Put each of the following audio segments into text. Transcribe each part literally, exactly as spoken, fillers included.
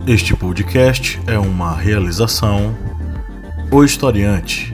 Este podcast é uma realização O Historiante.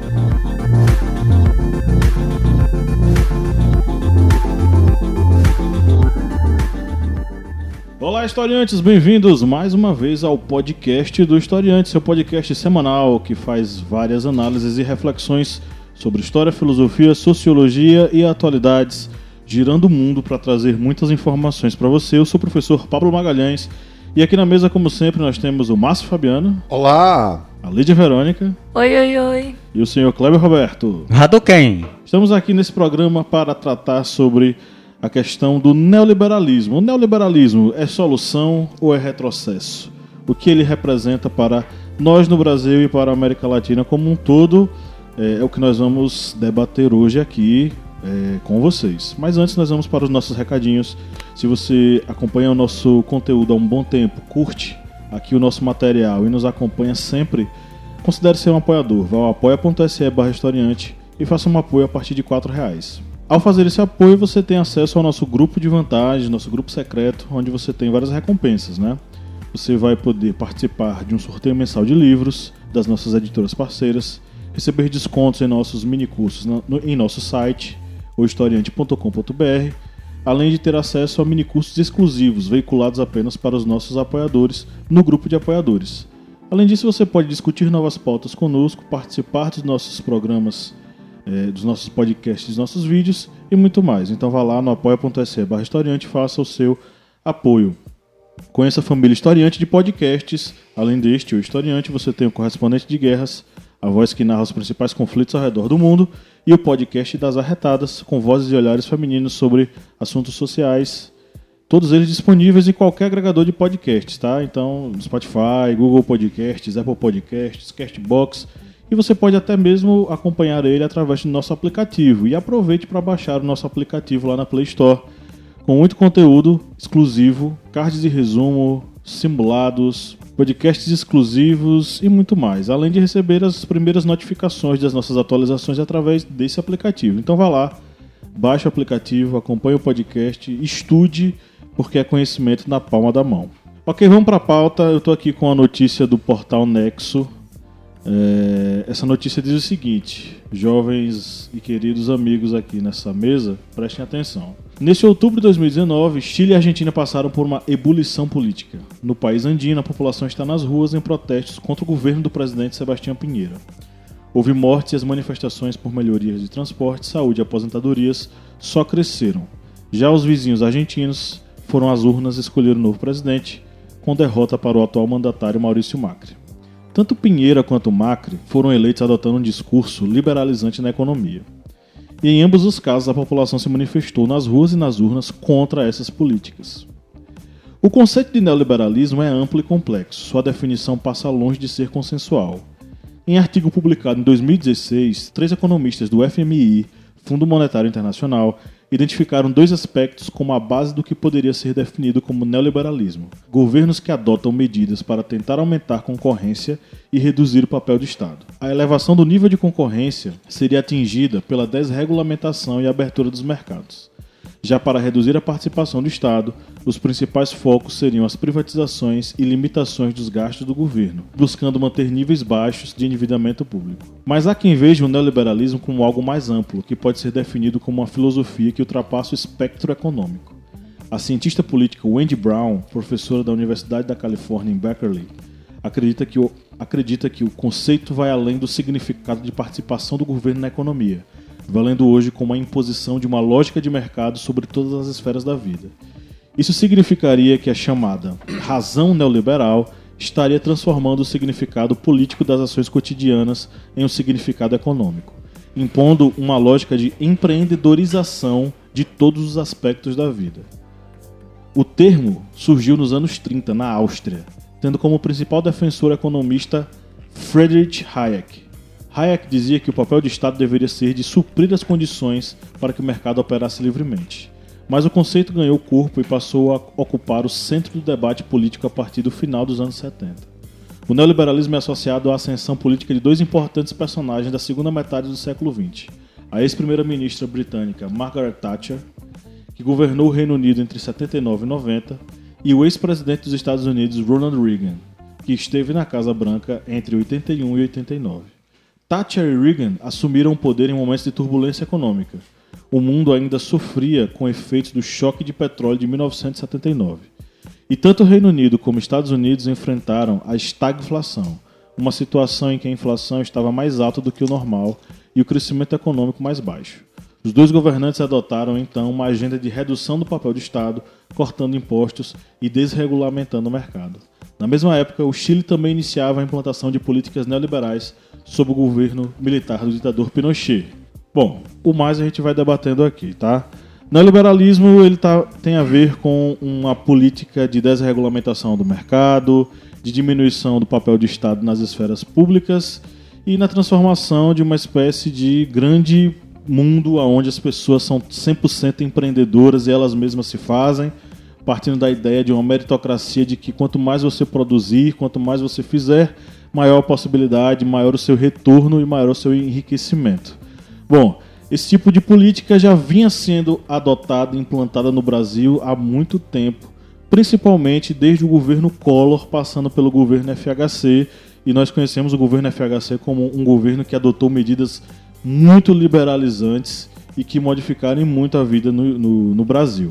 Olá, historiantes, bem-vindos mais uma vez ao podcast do Historiante, seu podcast semanal que faz várias análises e reflexões sobre história, filosofia, sociologia e atualidades, girando o mundo para trazer muitas informações para você. Eu sou o professor Pablo Magalhães e aqui na mesa, como sempre, nós temos o Márcio Fabiano. Olá! A Lídia Verônica. Oi, oi, oi. E o senhor Kleber Roberto. Hadouken! Estamos aqui nesse programa para tratar sobre a questão do neoliberalismo. O neoliberalismo é solução ou é retrocesso? O que ele representa para nós no Brasil e para a América Latina como um todo é, é o que nós vamos debater hoje aqui é, com vocês. Mas antes nós vamos para os nossos recadinhos. Se você acompanha o nosso conteúdo há um bom tempo, curte aqui o nosso material e nos acompanha sempre, considere ser um apoiador. Vá ao apoia.se barra historiante e faça um apoio a partir de quatro reais. Ao fazer esse apoio, você tem acesso ao nosso grupo de vantagens, nosso grupo secreto, onde você tem várias recompensas, né? Você vai poder participar de um sorteio mensal de livros das nossas editoras parceiras, receber descontos em nossos minicursos no, em nosso site, o historiante ponto com ponto b r, além de ter acesso a minicursos exclusivos, veiculados apenas para os nossos apoiadores no grupo de apoiadores. Além disso, você pode discutir novas pautas conosco, participar dos nossos programas, É, dos nossos podcasts, dos nossos vídeos e muito mais. Então vá lá no apoia.se barra historiante e faça o seu apoio. Conheça a família Historiante de podcasts. Além deste, o Historiante, você tem o Correspondente de Guerras, a voz que narra os principais conflitos ao redor do mundo, e o podcast das Arretadas, com vozes e olhares femininos sobre assuntos sociais. Todos eles disponíveis em qualquer agregador de podcasts, tá? Então, Spotify, Google Podcasts, Apple Podcasts, Castbox. E você pode até mesmo acompanhar ele através do nosso aplicativo. E aproveite para baixar o nosso aplicativo lá na Play Store, com muito conteúdo exclusivo, cards de resumo, simulados, podcasts exclusivos e muito mais. Além de receber as primeiras notificações das nossas atualizações através desse aplicativo. Então vá lá, baixe o aplicativo, acompanhe o podcast, estude, porque é conhecimento na palma da mão. Ok, vamos para a pauta. Eu estou aqui com a notícia do portal Nexo. É, essa notícia diz o seguinte: jovens e queridos amigos aqui nessa mesa, prestem atenção. Neste outubro de dois mil e dezenove, Chile e Argentina passaram por uma ebulição política. No país andino, a população está nas ruas em protestos contra o governo do presidente Sebastião Pinheira. Houve mortes e as manifestações por melhorias de transporte, saúde e aposentadorias só cresceram. Já os vizinhos argentinos foram às urnas escolher o novo presidente, com derrota para o atual mandatário Maurício Macri. Tanto Pinheira quanto Macri foram eleitos adotando um discurso liberalizante na economia. E em ambos os casos a população se manifestou nas ruas e nas urnas contra essas políticas. O conceito de neoliberalismo é amplo e complexo, sua definição passa longe de ser consensual. Em artigo publicado em dois mil e dezesseis, três economistas do F M I, Fundo Monetário Internacional, identificaram dois aspectos como a base do que poderia ser definido como neoliberalismo: governos que adotam medidas para tentar aumentar a concorrência e reduzir o papel do Estado. A elevação do nível de concorrência seria atingida pela desregulamentação e abertura dos mercados. Já para reduzir a participação do Estado, os principais focos seriam as privatizações e limitações dos gastos do governo, buscando manter níveis baixos de endividamento público. Mas há quem veja o neoliberalismo como algo mais amplo, que pode ser definido como uma filosofia que ultrapassa o espectro econômico. A cientista política Wendy Brown, professora da Universidade da Califórnia em Berkeley, acredita que, o, acredita que o conceito vai além do significado de participação do governo na economia, valendo hoje como a imposição de uma lógica de mercado sobre todas as esferas da vida. Isso significaria que a chamada razão neoliberal estaria transformando o significado político das ações cotidianas em um significado econômico, impondo uma lógica de empreendedorização de todos os aspectos da vida. O termo surgiu nos anos trinta, na Áustria, tendo como principal defensor o economista Friedrich Hayek. Hayek dizia que o papel do Estado deveria ser de suprir as condições para que o mercado operasse livremente. Mas o conceito ganhou corpo e passou a ocupar o centro do debate político a partir do final dos anos setenta. O neoliberalismo é associado à ascensão política de dois importantes personagens da segunda metade do século vinte. A ex-primeira-ministra britânica Margaret Thatcher, que governou o Reino Unido entre setenta e nove e noventa, e o ex-presidente dos Estados Unidos, Ronald Reagan, que esteve na Casa Branca entre oitenta e um e oitenta e nove. Thatcher e Reagan assumiram o poder em momentos de turbulência econômica. O mundo ainda sofria com efeitos do choque de petróleo de mil novecentos e setenta e nove. E tanto o Reino Unido como os Estados Unidos enfrentaram a estagflação, uma situação em que a inflação estava mais alta do que o normal e o crescimento econômico mais baixo. Os dois governantes adotaram então uma agenda de redução do papel do Estado, cortando impostos e desregulamentando o mercado. Na mesma época, o Chile também iniciava a implantação de políticas neoliberais sob o governo militar do ditador Pinochet. Bom, o mais a gente vai debatendo aqui, tá? Neoliberalismo ele tá, tem a ver com uma política de desregulamentação do mercado, de diminuição do papel do Estado nas esferas públicas e na transformação de uma espécie de grande mundo onde as pessoas são cem por cento empreendedoras e elas mesmas se fazem, partindo da ideia de uma meritocracia de que quanto mais você produzir, quanto mais você fizer, maior a possibilidade, maior o seu retorno e maior o seu enriquecimento. Bom, esse tipo de política já vinha sendo adotada e implantada no Brasil há muito tempo, principalmente desde o governo Collor, passando pelo governo F H C, e nós conhecemos o governo F H C como um governo que adotou medidas muito liberalizantes e que modificaram muito a vida no, no, no Brasil.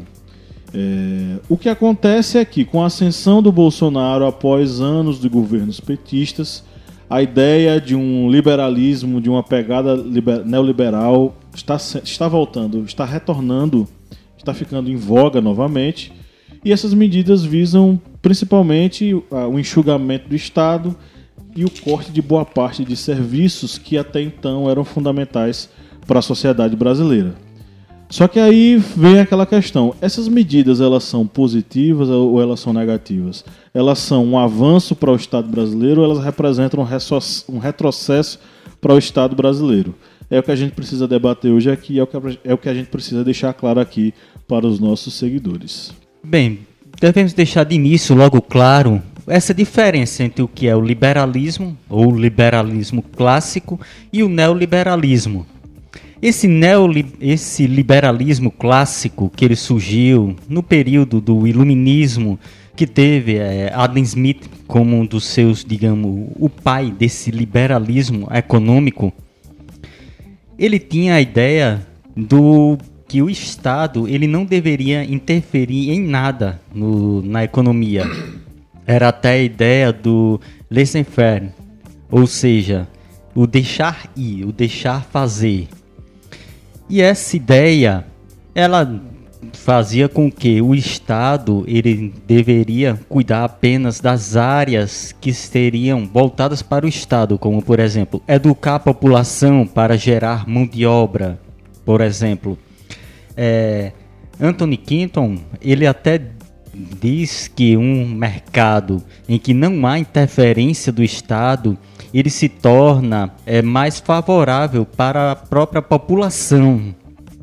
É, o que acontece é que, com a ascensão do Bolsonaro após anos de governos petistas, a ideia de um liberalismo, de uma pegada liber, neoliberal está, está voltando, está retornando, está ficando em voga novamente. E essas medidas visam principalmente o enxugamento do Estado e o corte de boa parte de serviços que até então eram fundamentais para a sociedade brasileira. Só que aí vem aquela questão, essas medidas elas são positivas ou elas são negativas? Elas são um avanço para o Estado brasileiro ou elas representam um retrocesso para o Estado brasileiro? É o que a gente precisa debater hoje aqui, é o que, é o que a gente precisa deixar claro aqui para os nossos seguidores. Bem, devemos deixar de início logo claro essa diferença entre o que é o liberalismo, ou liberalismo clássico, e o neoliberalismo. Esse, neoli- esse liberalismo clássico que ele surgiu no período do iluminismo, que teve é, Adam Smith como um dos seus, digamos, o pai desse liberalismo econômico, ele tinha a ideia do que o Estado ele não deveria interferir em nada no, na economia. Era até a ideia do laissez-faire, ou seja, o deixar ir, o deixar fazer. E essa ideia, ela fazia com que o Estado ele deveria cuidar apenas das áreas que seriam voltadas para o Estado, como, por exemplo, educar a população para gerar mão de obra, por exemplo. É, Anthony Quinton, ele até diz que um mercado em que não há interferência do Estado, ele se torna é, mais favorável para a própria população.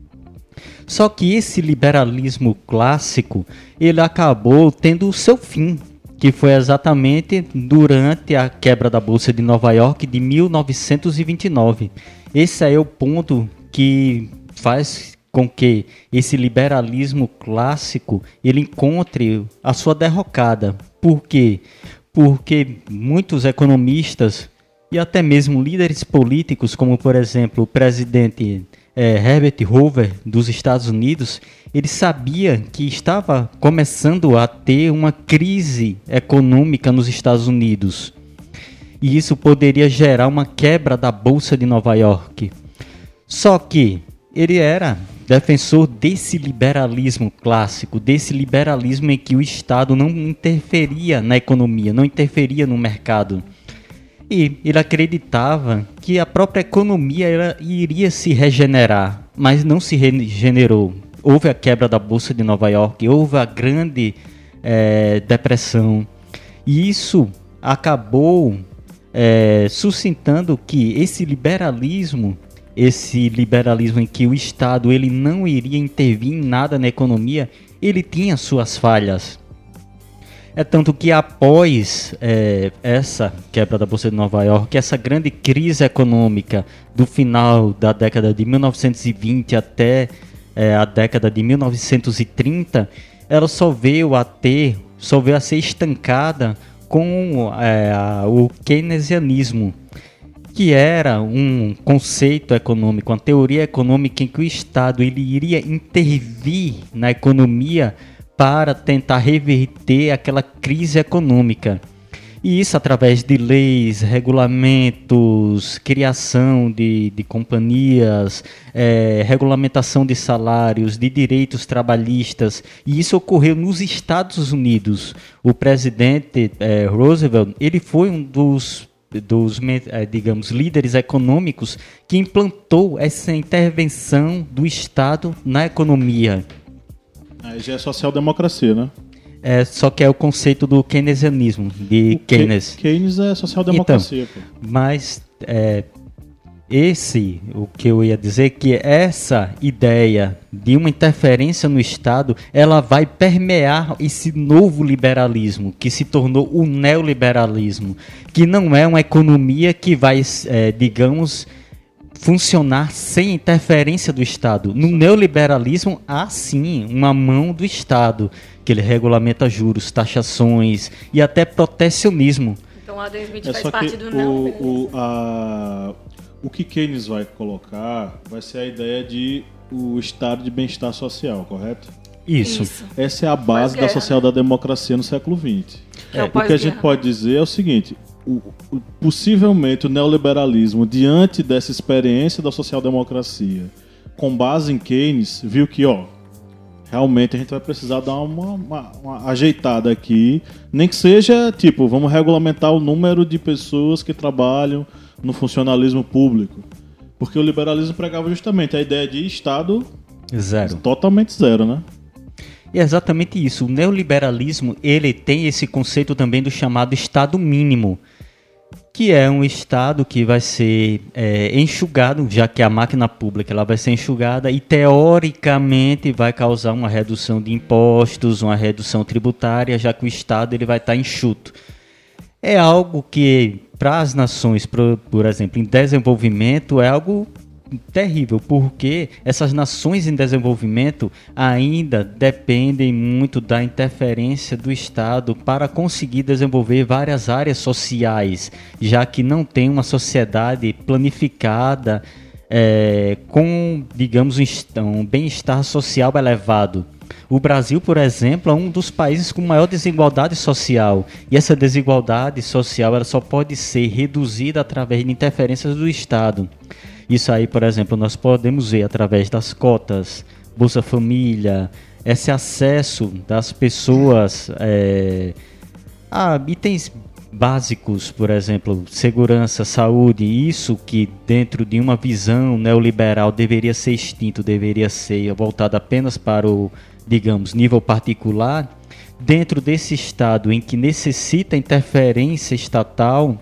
Só que esse liberalismo clássico, ele acabou tendo o seu fim, que foi exatamente durante a quebra da Bolsa de Nova York de mil novecentos e vinte e nove. Esse é o ponto que faz com que esse liberalismo clássico ele encontre a sua derrocada. Por quê? Porque muitos economistas e até mesmo líderes políticos, como por exemplo o presidente é, Herbert Hoover dos Estados Unidos, ele sabia que estava começando a ter uma crise econômica nos Estados Unidos. E isso poderia gerar uma quebra da Bolsa de Nova York. Só que ele era defensor desse liberalismo clássico, desse liberalismo em que o Estado não interferia na economia, não interferia no mercado. E ele acreditava que a própria economia ela iria se regenerar, mas não se regenerou. Houve a quebra da Bolsa de Nova York, houve a grande é, depressão. E isso acabou é, suscitando que esse liberalismo, esse liberalismo em que o Estado ele não iria intervir em nada na economia, ele tinha suas falhas. É tanto que após é, essa quebra da Bolsa de Nova York, essa grande crise econômica do final da década de mil novecentos e vinte até é, a década de mil novecentos e trinta, ela só veio a ter, só veio a ser estancada com é, a, o keynesianismo, que era um conceito econômico, uma teoria econômica em que o Estado ele iria intervir na economia para tentar reverter aquela crise econômica. E isso através de leis, regulamentos, criação de, de companhias, é, regulamentação de salários, de direitos trabalhistas. E isso ocorreu nos Estados Unidos. O presidente é, Roosevelt, ele foi um dos, dos é, digamos, líderes econômicos que implantou essa intervenção do Estado na economia. Aí já é social-democracia, né? É, só que é o conceito do keynesianismo, de o Keynes. Keynes é social-democracia. Então, mas é, esse, o que eu ia dizer, que essa ideia de uma interferência no Estado, ela vai permear esse novo liberalismo, que se tornou o neoliberalismo, que não é uma economia que vai, é, digamos, funcionar sem interferência do Estado. No neoliberalismo, há sim uma mão do Estado, que ele regulamenta juros, taxações e até protecionismo. Então o Adam Smith é faz só parte que do o, neoliberalismo. o, a, o que Keynes vai colocar vai ser a ideia de o estado de bem-estar social, correto? Isso. Isso. Essa é a base da social-democracia no século vinte. É, o que a gente pode dizer é o seguinte: o, o, possivelmente o neoliberalismo, diante dessa experiência da social-democracia, com base em Keynes, viu que, ó, realmente a gente vai precisar dar uma, uma, uma ajeitada aqui, nem que seja, tipo, vamos regulamentar o número de pessoas que trabalham no funcionalismo público. Porque o liberalismo pregava justamente a ideia de Estado zero. Totalmente zero, né? E é exatamente isso. O neoliberalismo, ele tem esse conceito também do chamado Estado mínimo, que é um Estado que vai ser é, enxugado, já que a máquina pública ela vai ser enxugada e, teoricamente, vai causar uma redução de impostos, uma redução tributária, já que o Estado ele vai estar enxuto. É algo que, para as nações, por, por exemplo, em desenvolvimento, é algo terrível, porque essas nações em desenvolvimento ainda dependem muito da interferência do Estado para conseguir desenvolver várias áreas sociais, já que não tem uma sociedade planificada é, com, digamos, um bem-estar social elevado. O Brasil, por exemplo, é um dos países com maior desigualdade social, e essa desigualdade social ela só pode ser reduzida através de interferências do Estado. Isso aí, por exemplo, nós podemos ver através das cotas, Bolsa Família, esse acesso das pessoas é, a itens básicos, por exemplo, segurança, saúde, isso que dentro de uma visão neoliberal deveria ser extinto, deveria ser voltado apenas para o, digamos, nível particular, dentro desse Estado em que necessita interferência estatal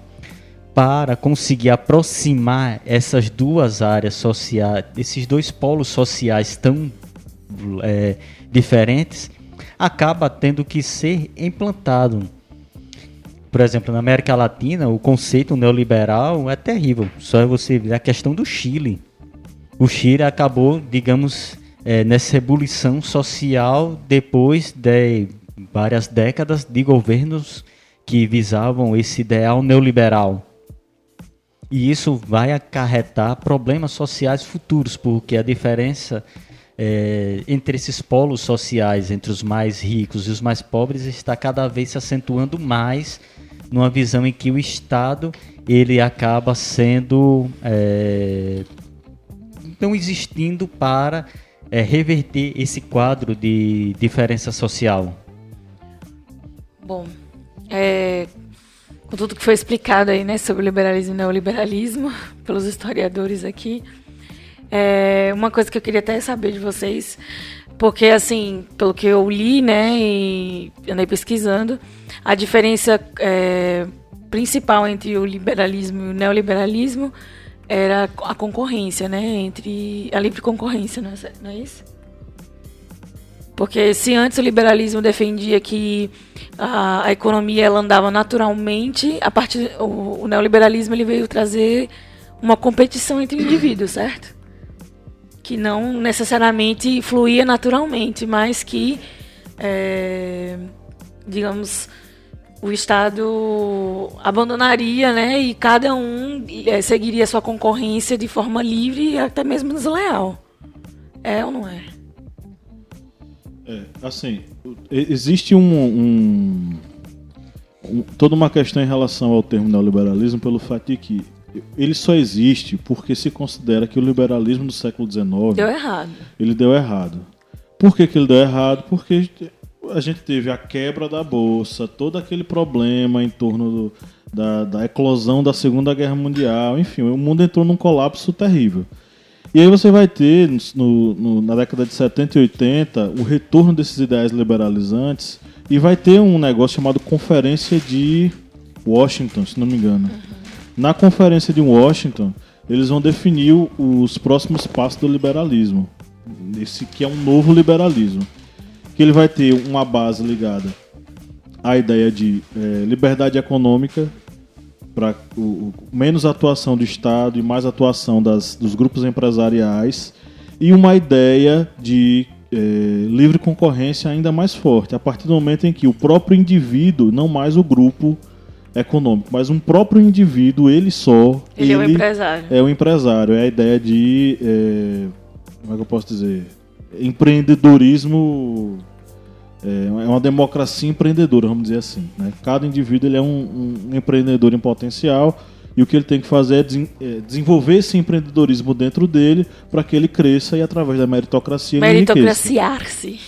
para conseguir aproximar essas duas áreas sociais, esses dois polos sociais tão é, diferentes, acaba tendo que ser implantado. Por exemplo, na América Latina, o conceito neoliberal é terrível. Só é você ver a questão do Chile. O Chile acabou, digamos, é, nessa ebulição social depois de várias décadas de governos que visavam esse ideal neoliberal. E isso vai acarretar problemas sociais futuros, porque a diferença é, entre esses polos sociais, entre os mais ricos e os mais pobres, está cada vez se acentuando mais numa visão em que o Estado ele acaba sendo é, não existindo para é, reverter esse quadro de diferença social. Bom, é... com tudo que foi explicado aí, né, sobre o liberalismo e neoliberalismo pelos historiadores aqui, é uma coisa que eu queria até saber de vocês, porque, assim, pelo que eu li, né, e andei pesquisando, a diferença é, principal entre o liberalismo e o neoliberalismo era a concorrência, né, entre a livre concorrência, não é, não é isso? Porque se antes o liberalismo defendia que a, a economia ela andava naturalmente, a partir, o, o neoliberalismo ele veio trazer uma competição entre indivíduos, certo? Que não necessariamente fluía naturalmente, mas que é, digamos, o Estado abandonaria, né, e cada um é, seguiria sua concorrência de forma livre e até mesmo desleal. É ou não é? É, assim, existe um, um, um, toda uma questão em relação ao termo neoliberalismo pelo fato de que ele só existe porque se considera que o liberalismo do século dezenove... Deu errado. Ele deu errado. Por que que ele deu errado? Porque a gente teve a quebra da Bolsa, todo aquele problema em torno do, da, da eclosão da Segunda Guerra Mundial, enfim, o mundo entrou num colapso terrível. E aí você vai ter, no, no, na década de setenta e oitenta, o retorno desses ideais liberalizantes e vai ter um negócio chamado Conferência de Washington, se não me engano. Uhum. Na Conferência de Washington, eles vão definir os próximos passos do liberalismo, esse que é um novo liberalismo, que ele vai ter uma base ligada à ideia de é, liberdade econômica, para menos atuação do Estado e mais atuação das, dos grupos empresariais, e uma ideia de é, livre concorrência ainda mais forte, a partir do momento em que o próprio indivíduo, não mais o grupo econômico, mas um próprio indivíduo, ele só... Ele, ele é o empresário. É o empresário, é a ideia de... É, como é que eu posso dizer? Empreendedorismo... É uma democracia empreendedora, vamos dizer assim, né? Cada indivíduo ele é um, um empreendedor em potencial e o que ele tem que fazer é, des- é desenvolver esse empreendedorismo dentro dele para que ele cresça e através da meritocracia ele meritocraciar-se.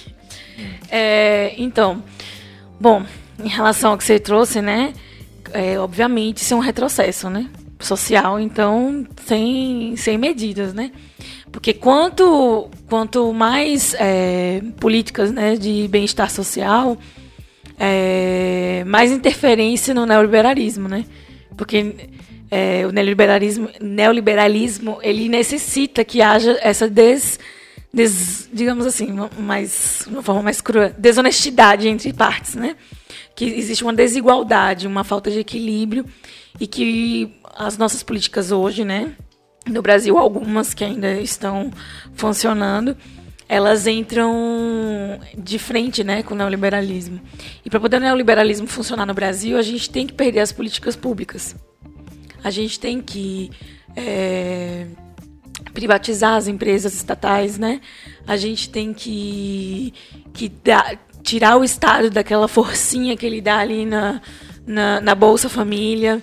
É, então, bom, em relação ao que você trouxe, né? É, obviamente isso é um retrocesso, né? Social, então sem, sem medidas, né? Porque quanto, quanto mais é, políticas, né, de bem-estar social, é, mais interferência no neoliberalismo, né? Porque é, o neoliberalismo, neoliberalismo ele necessita que haja essa des, des, digamos assim, mais, de uma forma mais crua, desonestidade entre partes, né? Que existe uma desigualdade, uma falta de equilíbrio e que as nossas políticas hoje, né? No Brasil, algumas que ainda estão funcionando, elas entram de frente, né, com o neoliberalismo. E para poder o neoliberalismo funcionar no Brasil, a gente tem que perder as políticas públicas. A gente tem que é, privatizar as empresas estatais, né? A gente tem que, que dar, tirar o Estado daquela forcinha que ele dá ali na, na, na Bolsa Família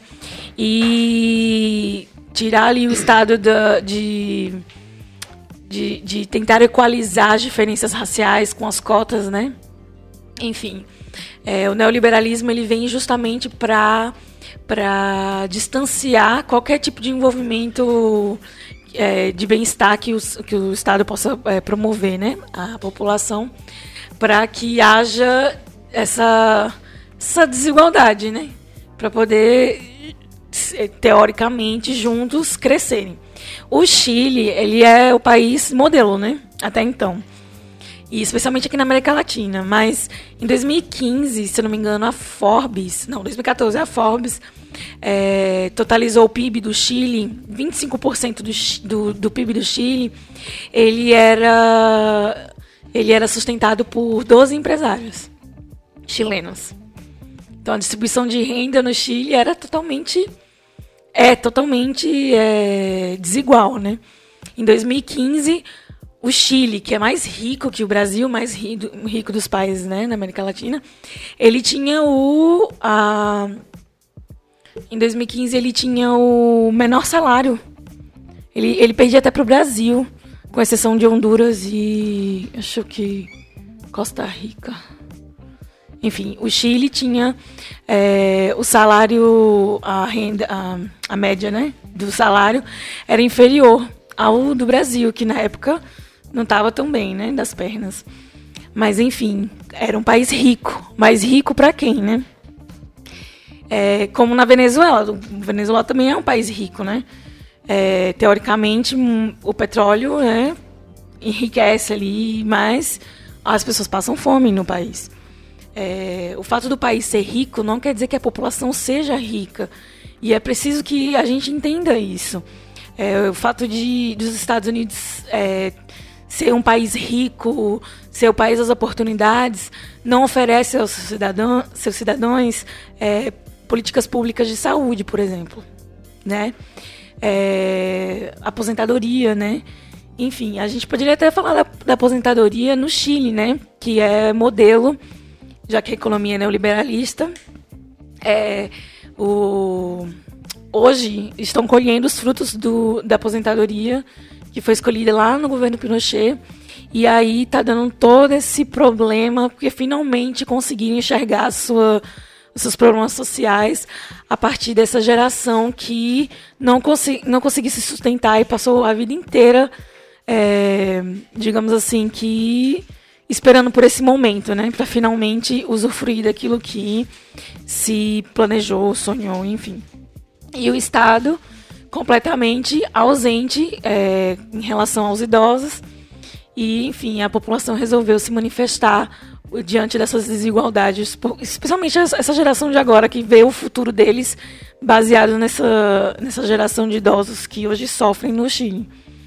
e... tirar ali o Estado da, de, de, de tentar equalizar as diferenças raciais com as cotas, né? Enfim, é, o neoliberalismo ele vem justamente para para distanciar qualquer tipo de envolvimento é, de bem-estar que, os, que o Estado possa é, promover, né? A população, para que haja essa, essa desigualdade, né? Para poder... teoricamente juntos crescerem. O Chile, ele é o país modelo, né? Até então. E especialmente aqui na América Latina. Mas em dois mil e quinze, se eu não me engano, a Forbes... Não, dois mil e catorze, a Forbes é, totalizou o P I B do Chile, vinte e cinco por cento do, do, do P I B do Chile, ele era, ele era sustentado por doze empresários chilenos. Então a distribuição de renda no Chile era totalmente... É totalmente é, desigual, né? Em dois mil e quinze, o Chile, que é mais rico que o Brasil, mais rico, rico dos países, né, na América Latina, ele tinha o... A, em dois mil e quinze, ele tinha o menor salário. Ele, ele perdia até para o Brasil, com exceção de Honduras e... acho que Costa Rica... Enfim, o Chile tinha é, o salário, a renda, a, a média, né, do salário era inferior ao do Brasil, que na época não estava tão bem, né, das pernas. Mas, enfim, era um país rico. Mas rico para quem, né? É, como na Venezuela. O Venezuela também é um país rico, né? É, teoricamente, um, o petróleo, né, enriquece ali, mas as pessoas passam fome no país. É, o fato do país ser rico não quer dizer que a população seja rica. E é preciso que a gente entenda isso. É, o fato de dos Estados Unidos é, ser um país rico, ser o país das oportunidades, não oferece aos cidadãos, seus cidadãos é, políticas públicas de saúde, por exemplo, né? É, aposentadoria, né? Enfim, a gente poderia até falar da, da aposentadoria no Chile, né? Que é modelo, já que a economia é neoliberalista. É, o, hoje estão colhendo os frutos do, da aposentadoria que foi escolhida lá no governo Pinochet, e aí tá dando todo esse problema, porque finalmente conseguiram enxergar a sua, os seus problemas sociais a partir dessa geração que não, consegui, não conseguiu se sustentar e passou a vida inteira, é, digamos assim, que esperando por esse momento, né, para finalmente usufruir daquilo que se planejou, sonhou, enfim. E o Estado completamente ausente é, em relação aos idosos e, enfim, a população resolveu se manifestar diante dessas desigualdades, especialmente essa geração de agora que vê o futuro deles baseado nessa, nessa geração de idosos que hoje sofrem no Chile.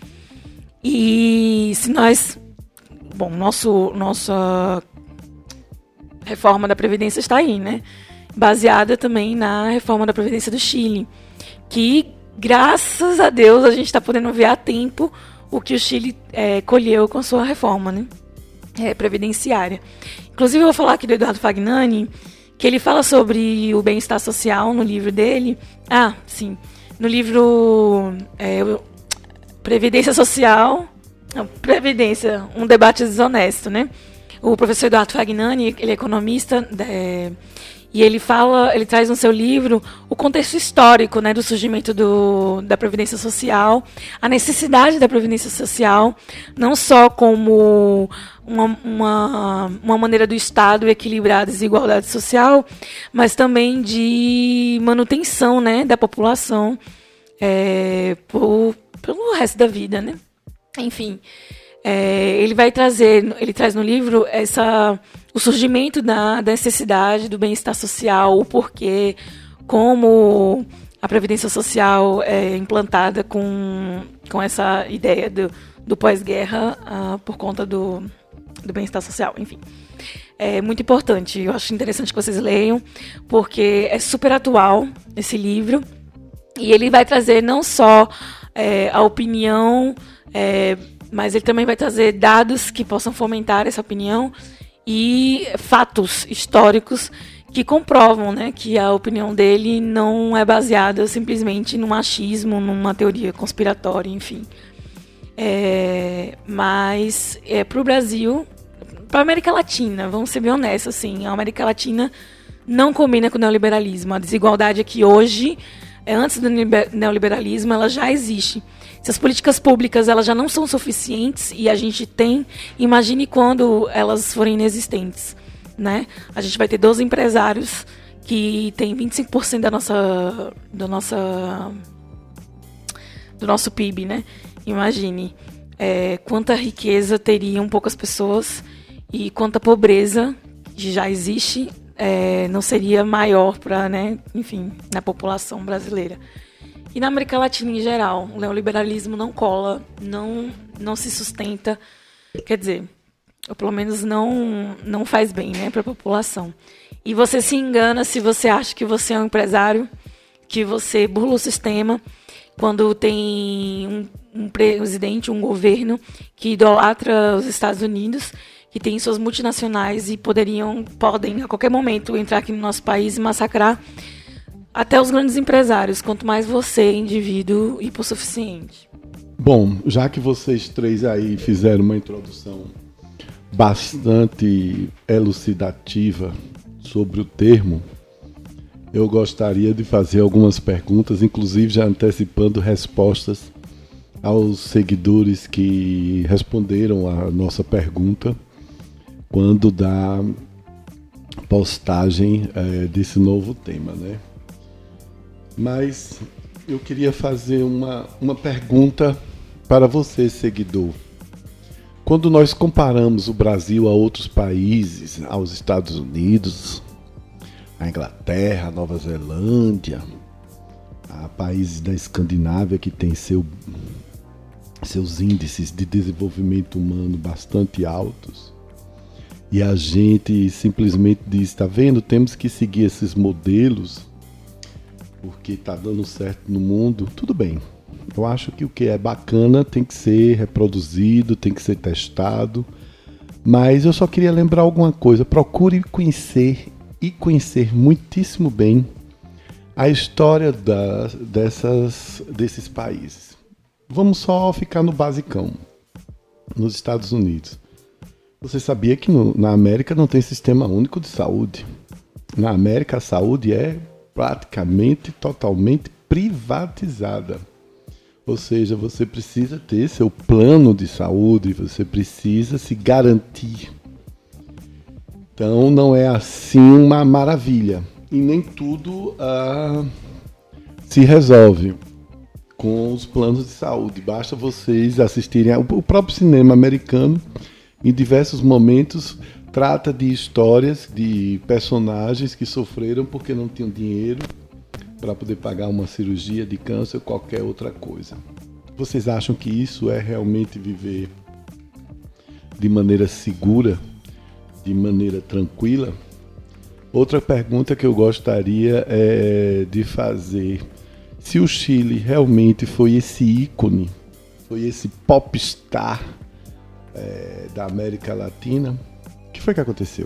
E se nós... Bom, nosso, nossa reforma da Previdência está aí, né? Baseada também na reforma da Previdência do Chile, que graças a Deus a gente está podendo ver a tempo o que o Chile é, colheu com a sua reforma, né, é, previdenciária. Inclusive eu vou falar aqui do Eduardo Fagnani, que ele fala sobre o bem-estar social no livro dele. Ah, sim, no livro é, Previdência Social, não, Previdência, um debate desonesto, né? O professor Eduardo Fagnani, ele é economista, é, e ele fala, ele traz no seu livro o contexto histórico, né, do surgimento do, da Previdência Social, a necessidade da Previdência Social, não só como uma, uma, uma maneira do Estado equilibrar a desigualdade social, mas também de manutenção, né, da população é, por, pelo resto da vida, né? Enfim, é, ele vai trazer, ele traz no livro essa, o surgimento da, da necessidade do bem-estar social, o porquê, como a Previdência Social é implantada com, com essa ideia do, do pós-guerra uh, por conta do, do bem-estar social, enfim. É muito importante, eu acho interessante que vocês leiam, porque é super atual esse livro, e ele vai trazer não só é, a opinião, é, mas ele também vai trazer dados que possam fomentar essa opinião e fatos históricos que comprovam, né, que a opinião dele não é baseada simplesmente no machismo, numa teoria conspiratória, enfim. É, mas é, para o Brasil, para a América Latina, vamos ser bem honestos, assim, a América Latina não combina com o neoliberalismo. A desigualdade aqui hoje, é, antes do neoliberalismo, ela já existe. Se as políticas públicas elas já não são suficientes e a gente tem, imagine quando elas forem inexistentes, né? A gente vai ter doze empresários que têm vinte e cinco por cento da nossa, da nossa, do nosso P I B, né? Imagine é, quanta riqueza teriam poucas pessoas e quanta pobreza que já existe é, não seria maior para, né, enfim, na população brasileira. E na América Latina em geral, o neoliberalismo não cola, não, não se sustenta, quer dizer, ou pelo menos não, não faz bem, né, para a população. E você se engana se você acha que você é um empresário, que você burla o sistema, quando tem um, um presidente, um governo que idolatra os Estados Unidos, que tem suas multinacionais e poderiam, podem a qualquer momento entrar aqui no nosso país e massacrar até os grandes empresários, quanto mais você, indivíduo, hipossuficiente. Bom, já que vocês três aí fizeram uma introdução bastante elucidativa sobre o termo, eu gostaria de fazer algumas perguntas, inclusive já antecipando respostas aos seguidores que responderam a nossa pergunta quando da postagem é, desse novo tema, né? Mas eu queria fazer uma, uma pergunta para você, seguidor. Quando nós comparamos o Brasil a outros países, aos Estados Unidos, a Inglaterra, a Nova Zelândia, a países da Escandinávia que tem seu, seus índices de desenvolvimento humano bastante altos, e a gente simplesmente diz, está vendo, temos que seguir esses modelos porque está dando certo no mundo, tudo bem. Eu acho que o que é bacana tem que ser reproduzido, tem que ser testado, mas eu só queria lembrar alguma coisa. Procure conhecer e conhecer muitíssimo bem a história da, dessas, desses países. Vamos só ficar no basicão. Nos Estados Unidos. Você sabia que no, na América não tem sistema único de saúde? Na América a saúde é praticamente totalmente privatizada. Ou seja, você precisa ter seu plano de saúde, você precisa se garantir. Então não é assim uma maravilha. E nem tudo ah, se resolve com os planos de saúde. Basta vocês assistirem. O próprio cinema americano, em diversos momentos, trata de histórias de personagens que sofreram porque não tinham dinheiro para poder pagar uma cirurgia de câncer ou qualquer outra coisa. Vocês acham que isso é realmente viver de maneira segura, de maneira tranquila? Outra pergunta que eu gostaria é de fazer: se o Chile realmente foi esse ícone, foi esse popstar é, da América Latina, o que foi que aconteceu?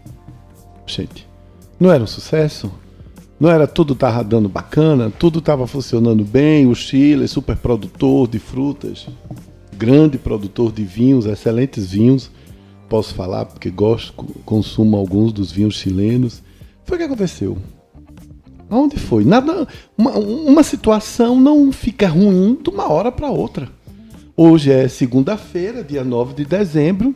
Gente, não era um sucesso? Não era tudo estava dando bacana? Tudo estava funcionando bem? O Chile é super produtor de frutas, grande produtor de vinhos, excelentes vinhos. Posso falar porque gosto, consumo alguns dos vinhos chilenos. Foi o que aconteceu? Aonde foi? Nada, uma, uma situação não fica ruim de uma hora para outra. Hoje é segunda-feira, dia nove de dezembro,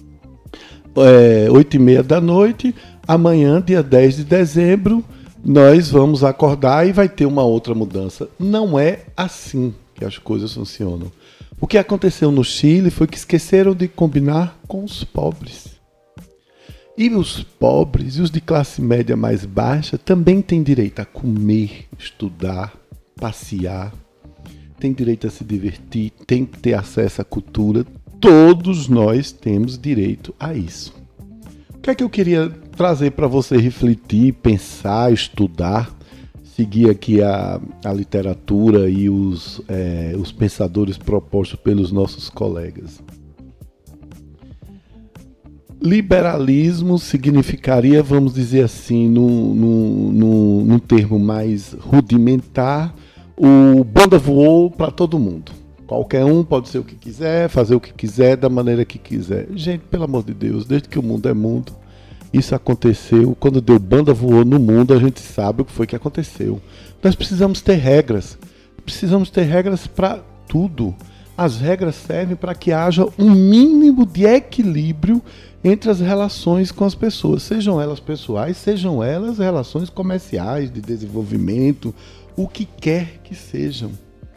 é, oito e meia da noite. Amanhã, dia dez de dezembro, nós vamos acordar e vai ter uma outra mudança. Não é assim que as coisas funcionam. O que aconteceu no Chile foi que esqueceram de combinar com os pobres. E os pobres e os de classe média mais baixa também têm direito a comer, estudar, passear, têm direito a se divertir, têm que ter acesso à cultura. Todos nós temos direito a isso. O que é que eu queria trazer para você refletir, pensar, estudar, seguir aqui a, a literatura e os, é, os pensadores propostos pelos nossos colegas? Liberalismo significaria, vamos dizer assim, num, num, num, num termo mais rudimentar, o banda voou para todo mundo. Qualquer um pode ser o que quiser, fazer o que quiser, da maneira que quiser. Gente, pelo amor de Deus, desde que o mundo é mundo, isso aconteceu. Quando deu banda voou no mundo, a gente sabe o que foi que aconteceu. Nós precisamos ter regras. Precisamos ter regras para tudo. As regras servem para que haja um mínimo de equilíbrio entre as relações com as pessoas, sejam elas pessoais, sejam elas relações comerciais, de desenvolvimento, o que quer que sejam.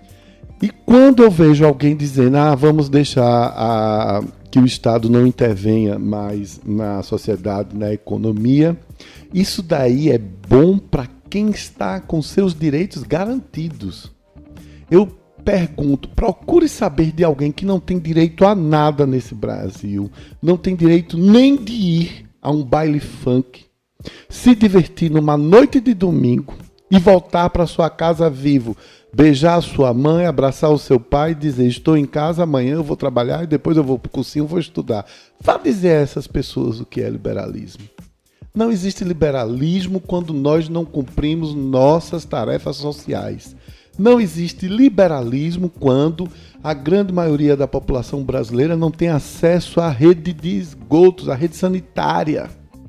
E quando eu vejo alguém dizendo, ah, vamos deixar a, que o Estado não intervenha mais na sociedade, na economia, isso daí é bom para quem está com seus direitos garantidos. Eu pergunto, procure saber de alguém que não tem direito a nada nesse Brasil, não tem direito nem de ir a um baile funk, se divertir numa noite de domingo e voltar para sua casa vivo, beijar a sua mãe, abraçar o seu pai e dizer, estou em casa, amanhã eu vou trabalhar e depois eu vou para o cursinho, vou estudar. Vá dizer a essas pessoas o que é liberalismo. Não existe liberalismo quando nós não cumprimos nossas tarefas sociais. Não existe liberalismo quando a grande maioria da população brasileira não tem acesso à rede de esgotos, à rede sanitária.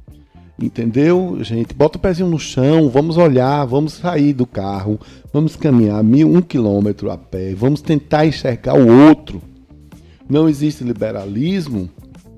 Entendeu, gente? Bota o pezinho no chão, vamos olhar, vamos sair do carro, vamos caminhar mil, um quilômetro a pé, vamos tentar enxergar o outro. Não existe liberalismo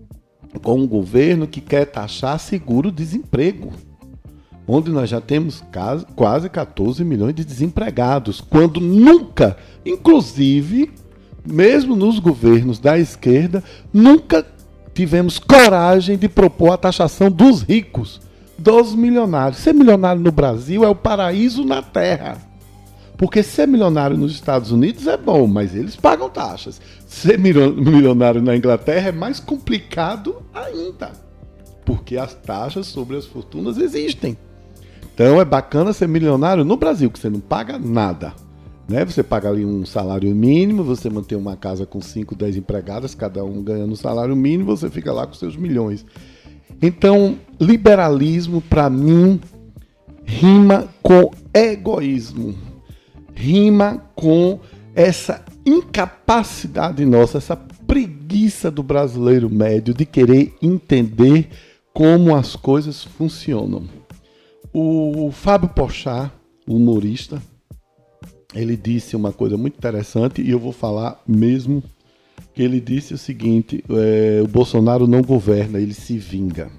com um governo que quer taxar seguro-desemprego, onde nós já temos quase catorze milhões de desempregados, quando nunca, inclusive, mesmo nos governos da esquerda, nunca tivemos coragem de propor a taxação dos ricos, dos milionários. Ser milionário no Brasil é o paraíso na terra. Porque ser milionário nos Estados Unidos é bom, mas eles pagam taxas. Ser milionário na Inglaterra é mais complicado ainda, porque as taxas sobre as fortunas existem. Então é bacana ser milionário no Brasil, que você não paga nada. Né? Você paga ali um salário mínimo, você mantém uma casa com cinco, dez empregadas, cada um ganhando um salário mínimo, você fica lá com seus milhões. Então, liberalismo, para mim, rima com egoísmo. Rima com essa incapacidade nossa, essa preguiça do brasileiro médio de querer entender como as coisas funcionam. O Fábio Porchat, humorista, ele disse uma coisa muito interessante e eu vou falar mesmo que ele disse o seguinte, é, o Bolsonaro não governa, ele se vinga.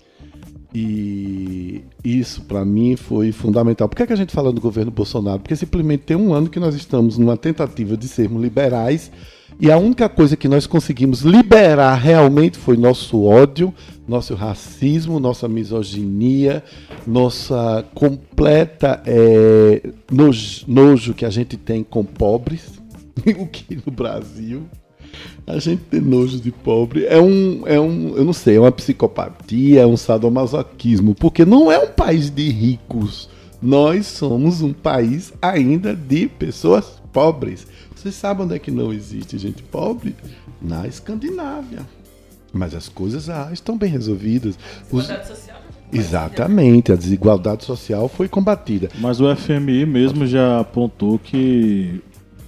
E isso, para mim, foi fundamental. Por que, é que a gente fala do governo Bolsonaro? Porque simplesmente tem um ano que nós estamos numa tentativa de sermos liberais e a única coisa que nós conseguimos liberar realmente foi nosso ódio, nosso racismo, nossa misoginia, nossa completa é, nojo, nojo que a gente tem com pobres, o que no Brasil a gente tem nojo de pobre é um, é um, eu não sei, é uma psicopatia, é um sadomasoquismo, porque não é um país de ricos, nós somos um país ainda de pessoas pobres. Vocês sabem onde é que não existe gente pobre? Na Escandinávia. Mas as coisas ah, estão bem resolvidas. Os... social. Exatamente, a desigualdade social foi combatida. Mas o F M I mesmo já apontou que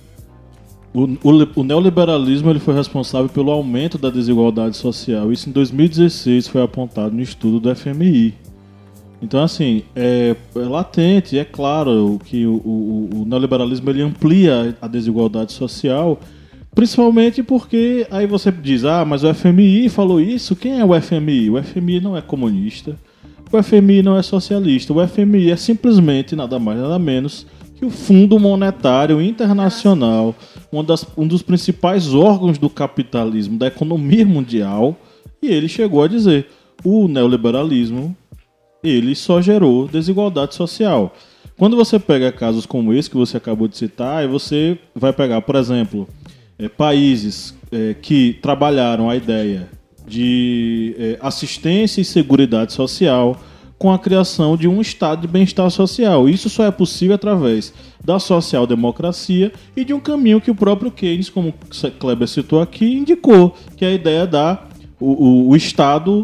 o, o, o neoliberalismo ele foi responsável pelo aumento da desigualdade social. Isso em dois mil e dezesseis foi apontado no estudo do F M I. Então, assim, é, é latente, é claro que o, o, o neoliberalismo ele amplia a desigualdade social, principalmente porque aí você diz, ah, mas o F M I falou isso, quem é o F M I? O F M I não é comunista, o F M I não é socialista, o F M I é simplesmente nada mais nada menos que o Fundo Monetário Internacional, um, das, um dos principais órgãos do capitalismo, da economia mundial, e ele chegou a dizer, o neoliberalismo ele só gerou desigualdade social. Quando você pega casos como esse que você acabou de citar, aí você vai pegar, por exemplo, é, países é, que trabalharam a ideia de é, assistência e seguridade social com a criação de um estado de bem-estar social. Isso só é possível através da social-democracia e de um caminho que o próprio Keynes, como o Kleber citou aqui, indicou, que é a ideia da o, o, o Estado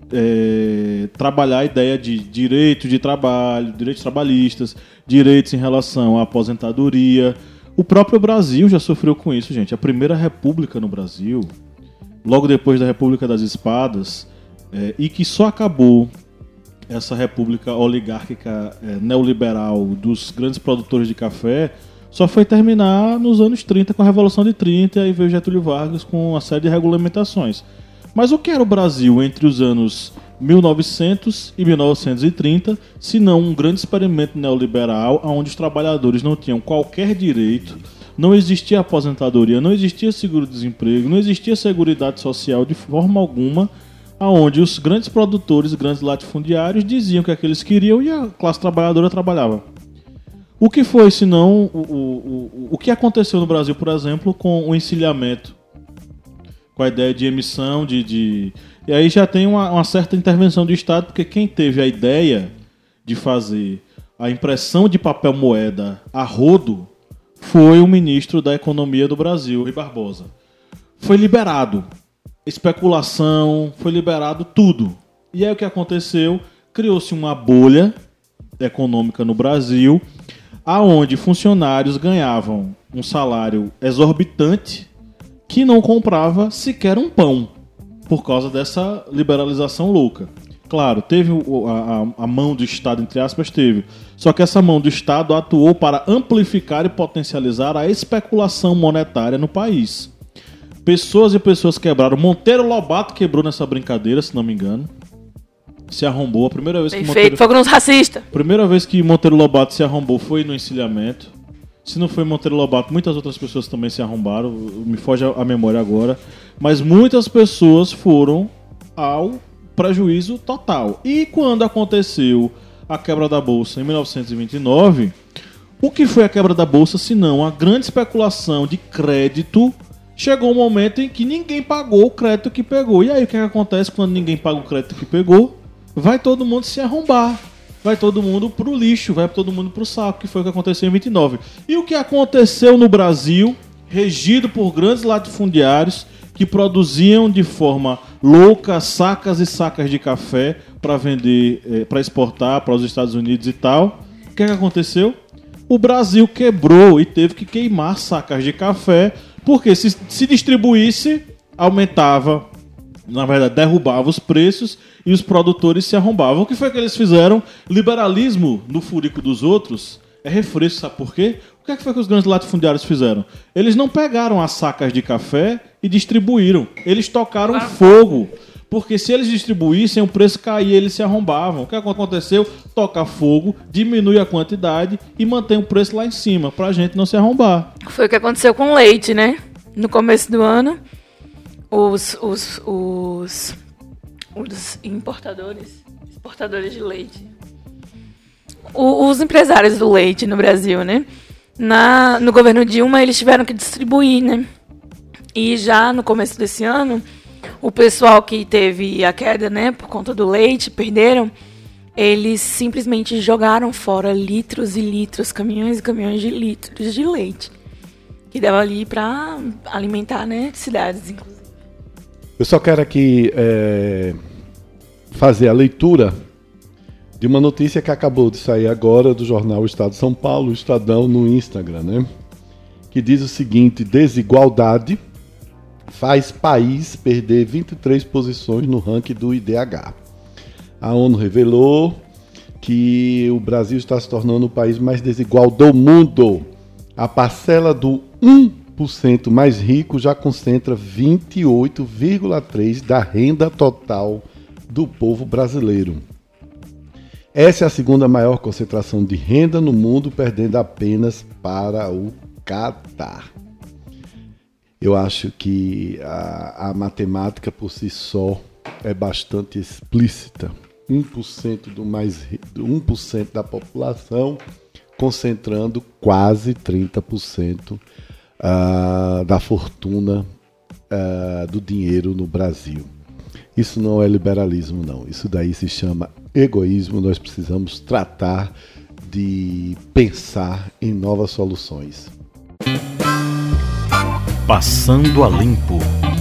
é, trabalhar a ideia de direito de trabalho, direitos trabalhistas, direitos em relação à aposentadoria. O próprio Brasil já sofreu com isso, gente. A primeira república no Brasil, logo depois da República das Espadas, é, e que só acabou essa república oligárquica é, neoliberal dos grandes produtores de café, só foi terminar nos anos trinta com a Revolução de trinta, e aí veio Getúlio Vargas com uma série de regulamentações. Mas o que era o Brasil entre os anos mil e novecentos e mil novecentos e trinta, se não um grande experimento neoliberal onde os trabalhadores não tinham qualquer direito, não existia aposentadoria, não existia seguro-desemprego, não existia seguridade social de forma alguma, onde os grandes produtores, grandes latifundiários diziam que aqueles queriam e a classe trabalhadora trabalhava. O que foi, senão, o, o, o, o que aconteceu no Brasil, por exemplo, com o encilhamento, com a ideia de emissão de... de... E aí já tem uma, uma certa intervenção do Estado, porque quem teve a ideia de fazer a impressão de papel moeda a rodo foi o ministro da Economia do Brasil, Rui Barbosa. Foi liberado especulação, foi liberado tudo. E aí o que aconteceu? Criou-se uma bolha econômica no Brasil, aonde funcionários ganhavam um salário exorbitante que não comprava sequer um pão, por causa dessa liberalização louca. Claro, teve a, a, a mão do Estado, entre aspas, teve. Só que essa mão do Estado atuou para amplificar e potencializar a especulação monetária no país. Pessoas e pessoas quebraram. Monteiro Lobato quebrou nessa brincadeira, se não me engano. Se arrombou. A primeira vez Bem que feito, Monteiro... fogo nos racistas. A primeira vez que Monteiro Lobato se arrombou foi no encilhamento. Se não foi Monteiro Lobato, muitas outras pessoas também se arrombaram. Me foge a memória agora. Mas muitas pessoas foram ao prejuízo total. E quando aconteceu a quebra da Bolsa em mil novecentos e vinte e nove, O que foi a quebra da bolsa, se não a grande especulação de crédito? Chegou um momento em que ninguém pagou o crédito que pegou. E aí o que, é que acontece quando ninguém paga o crédito que pegou? Vai todo mundo se arrombar. Vai todo mundo pro lixo, vai todo mundo pro saco, que foi o que aconteceu em vinte e nove. E o que aconteceu no Brasil, regido por grandes latifundiários que produziam de forma louca sacas e sacas de café para vender, eh, para exportar para os Estados Unidos e tal. O que, é que aconteceu? O Brasil quebrou e teve que queimar sacas de café, porque se, se distribuísse, aumentava, na verdade, derrubava os preços e os produtores se arrombavam. O que foi que eles fizeram? Liberalismo no furico dos outros é refresco, sabe por quê? O que, é que foi que os grandes latifundiários fizeram? Eles não pegaram as sacas de café e distribuíram. Eles tocaram fogo. Porque se eles distribuíssem, o preço caía e eles se arrombavam. O que aconteceu? Toca fogo, diminui a quantidade e mantém o preço lá em cima, pra gente não se arrombar. Foi o que aconteceu com o leite, né? No começo do ano, os, os, os, os importadores, exportadores de leite, o, os empresários do leite no Brasil, né? Na, no governo Dilma, eles tiveram que distribuir, né? E já no começo desse ano, o pessoal que teve a queda, né, por conta do leite, perderam, eles simplesmente jogaram fora litros e litros, caminhões e caminhões de litros de leite, que dava ali para alimentar, né, cidades, inclusive. Eu só quero aqui é, fazer a leitura de uma notícia que acabou de sair agora do jornal Estado de São Paulo, o Estadão, no Instagram, né, que diz o seguinte: desigualdade faz país perder vinte e três posições no ranking do I D H. A ONU revelou que o Brasil está se tornando o país mais desigual do mundo. A parcela do um por cento mais rico já concentra vinte e oito vírgula três por cento da renda total do povo brasileiro. Essa é a segunda maior concentração de renda no mundo, perdendo apenas para o Catar. Eu acho que a, a matemática por si só é bastante explícita. um por cento do mais um por cento da população concentrando quase trinta por cento uh, da fortuna uh, do dinheiro no Brasil. Isso não é liberalismo, não. Isso daí se chama egoísmo. Nós precisamos tratar de pensar em novas soluções. Passando a Limpo.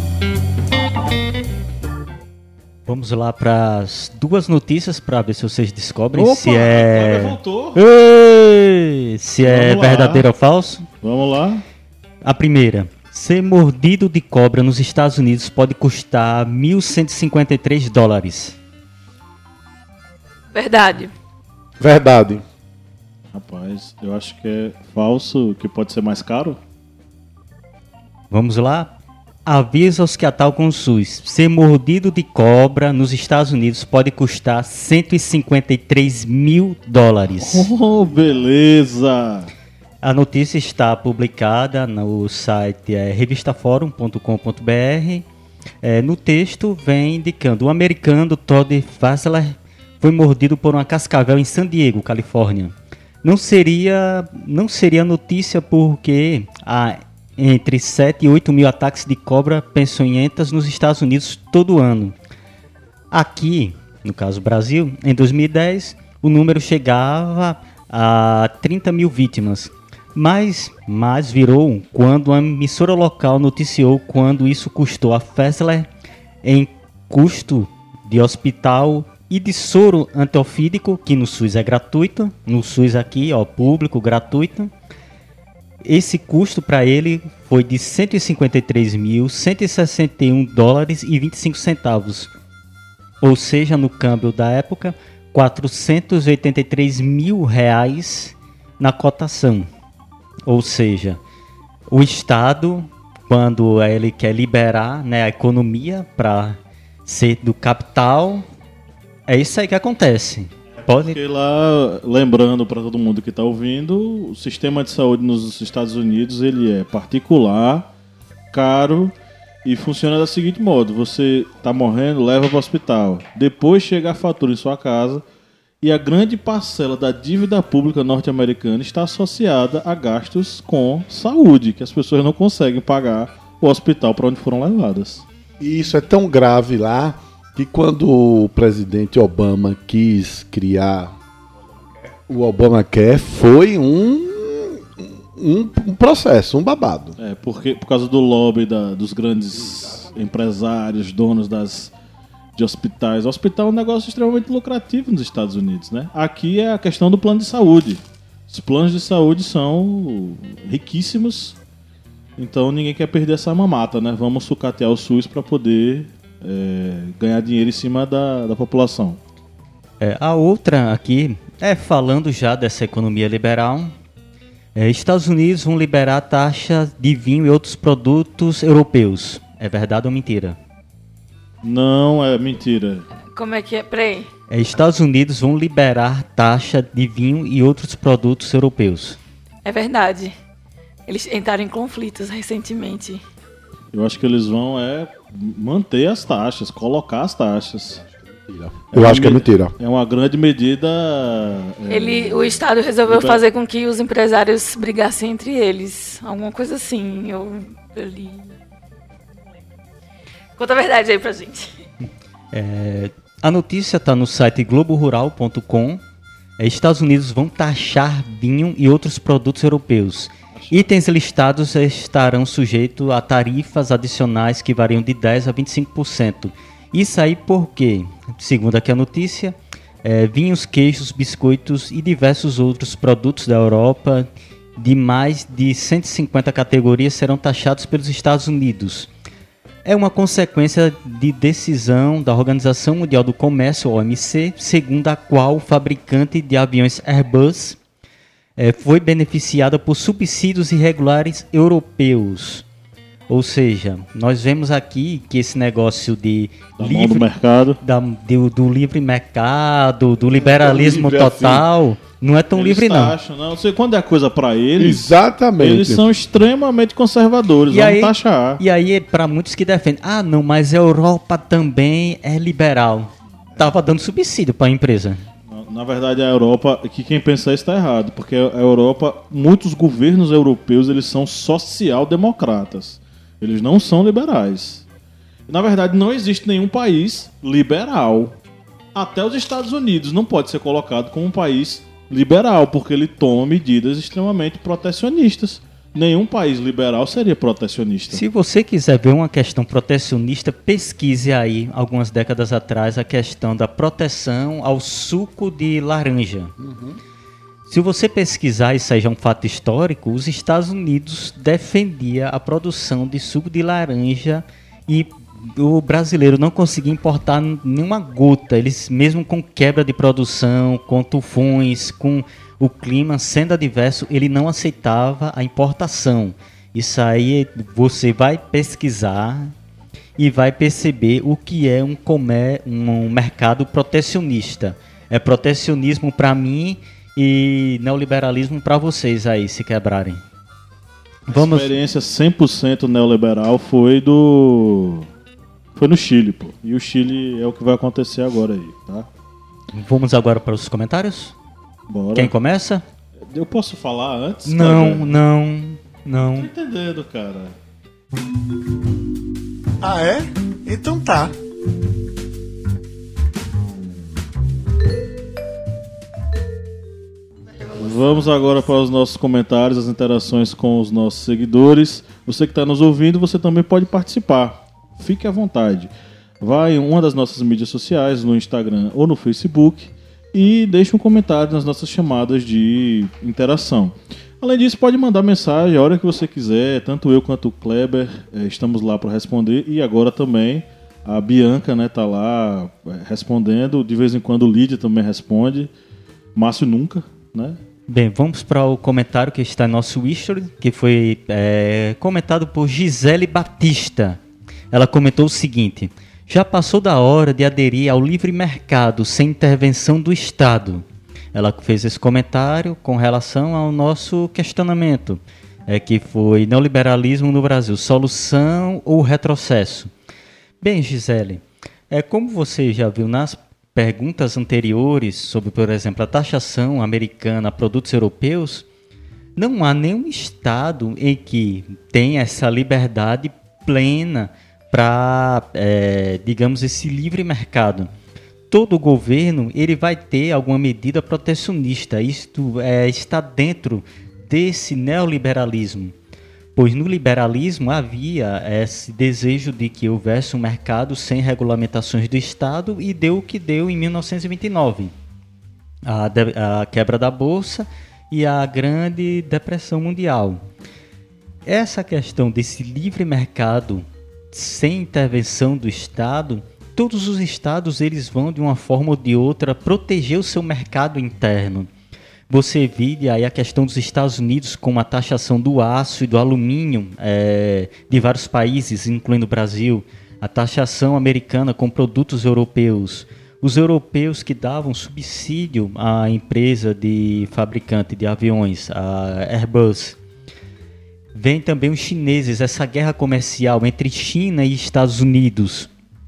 Vamos lá para as duas notícias para ver se vocês descobrem. Opa, se é voltou. Ei, se Vamos é lá. verdadeiro ou falso. Vamos lá. A primeira: ser mordido de cobra nos Estados Unidos pode custar mil cento e cinquenta e três dólares. Verdade. Verdade. Rapaz, eu acho que é falso, que pode ser mais caro. Vamos lá? Avisa aos que atacam o SUS. Ser mordido de cobra nos Estados Unidos pode custar cento e cinquenta e três mil dólares. Oh, beleza! A notícia está publicada no site é, revista forum ponto com ponto b r. É, no texto vem indicando: o americano Todd Fassler foi mordido por uma cascavel em San Diego, Califórnia. Não seria, não seria notícia porque há entre sete e oito mil ataques de cobra peçonhentas nos Estados Unidos todo ano. Aqui, no caso Brasil, em dois mil e dez, o número chegava a trinta mil vítimas. Mas, mas virou quando a emissora local noticiou quando isso custou a Fassler em custo de hospital e de soro antiofídico, que no SUS é gratuito, no SUS aqui, ó, público, gratuito. Esse custo para ele foi de cento e cinquenta e três mil, cento e sessenta e um dólares e vinte e cinco centavos. Ou seja, no câmbio da época, quatrocentos e oitenta e três mil reais na cotação. Ou seja, o Estado, quando ele quer liberar, né, a economia para ser do capital, é isso aí que acontece. Pode... Porque lá, lembrando para todo mundo que está ouvindo, o sistema de saúde nos Estados Unidos ele é particular, caro e funciona da seguinte modo: você está morrendo, leva para o hospital. Depois chega a fatura em sua casa E a grande parcela da dívida pública norte-americana está associada a gastos com saúde, que as pessoas não conseguem pagar o hospital para onde foram levadas. E isso é tão grave lá que quando o presidente Obama quis criar o Obamacare, foi um, um, um processo, um babado. É, porque, por causa do lobby da, dos grandes empresários, donos das... de hospitais. O hospital é um negócio extremamente lucrativo nos Estados Unidos, né? Aqui é a questão do plano de saúde. Os planos de saúde são riquíssimos, então ninguém quer perder essa mamata, né? Vamos sucatear o SUS para poder é, ganhar dinheiro em cima da, da população. É, a outra aqui é falando já dessa economia liberal. É, Estados Unidos vão liberar a taxa de vinho e outros produtos europeus. É verdade ou mentira? Não, é mentira. Como é que é? Peraí. É, Estados Unidos vão liberar taxa de vinho e outros produtos europeus. É verdade. Eles entraram em conflitos recentemente. Eu acho que eles vão é manter as taxas, colocar as taxas. Eu é acho que é mentira. É uma grande medida... É, Ele, o Estado resolveu liber... fazer com que os empresários brigassem entre eles. Alguma coisa assim. Eu, eu li... Conta a verdade aí pra gente. É, a notícia está no site globo rural ponto com. É, Estados Unidos vão taxar vinho e outros produtos europeus. Itens listados estarão sujeitos a tarifas adicionais que variam de dez por cento a vinte e cinco por cento. Isso aí porque, segundo aqui a notícia, é, vinhos, queijos, biscoitos e diversos outros produtos da Europa de mais de cento e cinquenta categorias serão taxados pelos Estados Unidos. É uma consequência de decisão da Organização Mundial do Comércio, O M C, segundo a qual o fabricante de aviões Airbus é, foi beneficiado por subsídios irregulares europeus. Ou seja, nós vemos aqui que esse negócio de da livre, mão do mercado, da, do, do livre mercado, do liberalismo livre total, assim. Não é tão eles livre não. taxam, não. Você, quando é coisa pra eles, Exatamente. eles são extremamente conservadores, E vão aí- taxar. E aí, para muitos que defendem, ah, não, mas a Europa também é liberal. Tava dando subsídio para a empresa. Na verdade, a Europa, que quem pensa isso está errado, porque a Europa, muitos governos europeus, eles são social-democratas. Eles não são liberais. Na verdade, não existe nenhum país liberal. Até os Estados Unidos não pode ser colocado como um país liberal, porque ele toma medidas extremamente protecionistas. Nenhum país liberal seria protecionista. Se você quiser ver uma questão protecionista, pesquise aí, algumas décadas atrás, a questão da proteção ao suco de laranja. Se você pesquisar, isso aí já é um fato histórico, os Estados Unidos defendia a produção de suco de laranja e o brasileiro não conseguia importar nenhuma gota. Eles, mesmo com quebra de produção, com tufões, com o clima sendo adverso, ele não aceitava a importação. Isso aí você vai pesquisar e vai perceber o que é um, comer, um mercado protecionista. É protecionismo para mim e neoliberalismo para vocês aí, se quebrarem. A Vamos... experiência cem por cento neoliberal foi do... Foi no Chile, pô. E o Chile é o que vai acontecer agora aí, tá? Vamos agora para os comentários? Bora. Quem começa? Eu posso falar antes? Não, cara? não, Tô não. entendendo, cara. Ah, é? Então tá. Vamos agora para os nossos comentários, as interações com os nossos seguidores. Você que está nos ouvindo, você também pode participar. Fique à vontade. Vai em uma das nossas mídias sociais, no Instagram ou no Facebook, e deixe um comentário nas nossas chamadas de interação. Além disso, pode mandar mensagem a hora que você quiser, tanto eu quanto o Kleber eh, estamos lá para responder, e agora também a Bianca, né, tá lá eh, respondendo, de vez em quando o Lídia também responde, Márcio nunca, né? Bem, vamos para o comentário que está em nosso history, que foi é, comentado por Gisele Batista. Ela comentou o seguinte: já passou da hora de aderir ao livre mercado sem intervenção do Estado. Ela fez esse comentário com relação ao nosso questionamento, é, que foi neoliberalismo no Brasil, solução ou retrocesso? Bem, Gisele, é, como você já viu nas perguntas anteriores sobre, por exemplo, a taxação americana a produtos europeus, não há nenhum estado em que tenha essa liberdade plena para, é, digamos, esse livre mercado. Todo governo ele vai ter alguma medida protecionista. Isto é, está dentro desse neoliberalismo. Pois no liberalismo havia esse desejo de que houvesse um mercado sem regulamentações do Estado e deu o que deu em mil novecentos e vinte e nove. A, de, a quebra da Bolsa e a Grande Depressão Mundial. Essa questão desse livre mercado sem intervenção do Estado, todos os estados eles vão de uma forma ou de outra proteger o seu mercado interno. Você vê aí a questão dos Estados Unidos com a taxação do aço e do alumínio é, de vários países, incluindo o Brasil, a taxação americana com produtos europeus, os europeus que davam subsídio à empresa de fabricante de aviões, a Airbus. Vem também os chineses, essa guerra comercial entre China e Estados Unidos.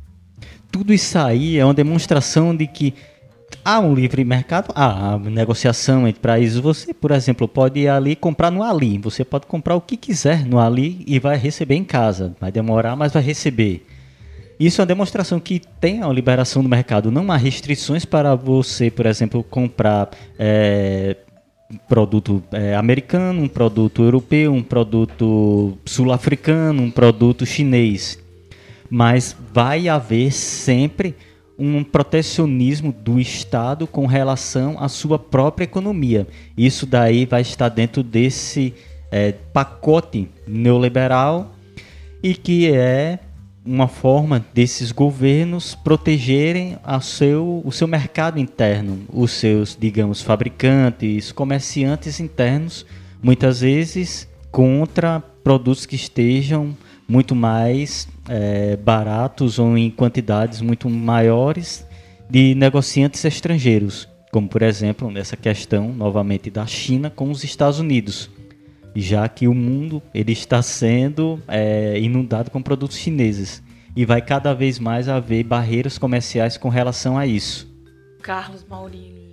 Tudo isso aí é uma demonstração de que há um livre mercado, há negociação entre países. Você, por exemplo, pode ir ali comprar no Ali. Você pode comprar o que quiser no Ali e vai receber em casa. Vai demorar, mas vai receber. Isso é uma demonstração que tem a liberação do mercado. Não há restrições para você, por exemplo, comprar é, um produto é, americano, um produto europeu, um produto sul-africano, um produto chinês. Mas vai haver sempre um protecionismo do Estado com relação à sua própria economia. Isso daí vai estar dentro desse é, pacote neoliberal e que é uma forma desses governos protegerem a seu, o seu mercado interno, os seus, digamos, fabricantes, comerciantes internos, muitas vezes contra produtos que estejam muito mais é, baratos ou em quantidades muito maiores de negociantes estrangeiros, como, por exemplo, nessa questão, novamente, da China com os Estados Unidos, já que o mundo ele está sendo é, inundado com produtos chineses e vai cada vez mais haver barreiras comerciais com relação a isso. Carlos Maurílio.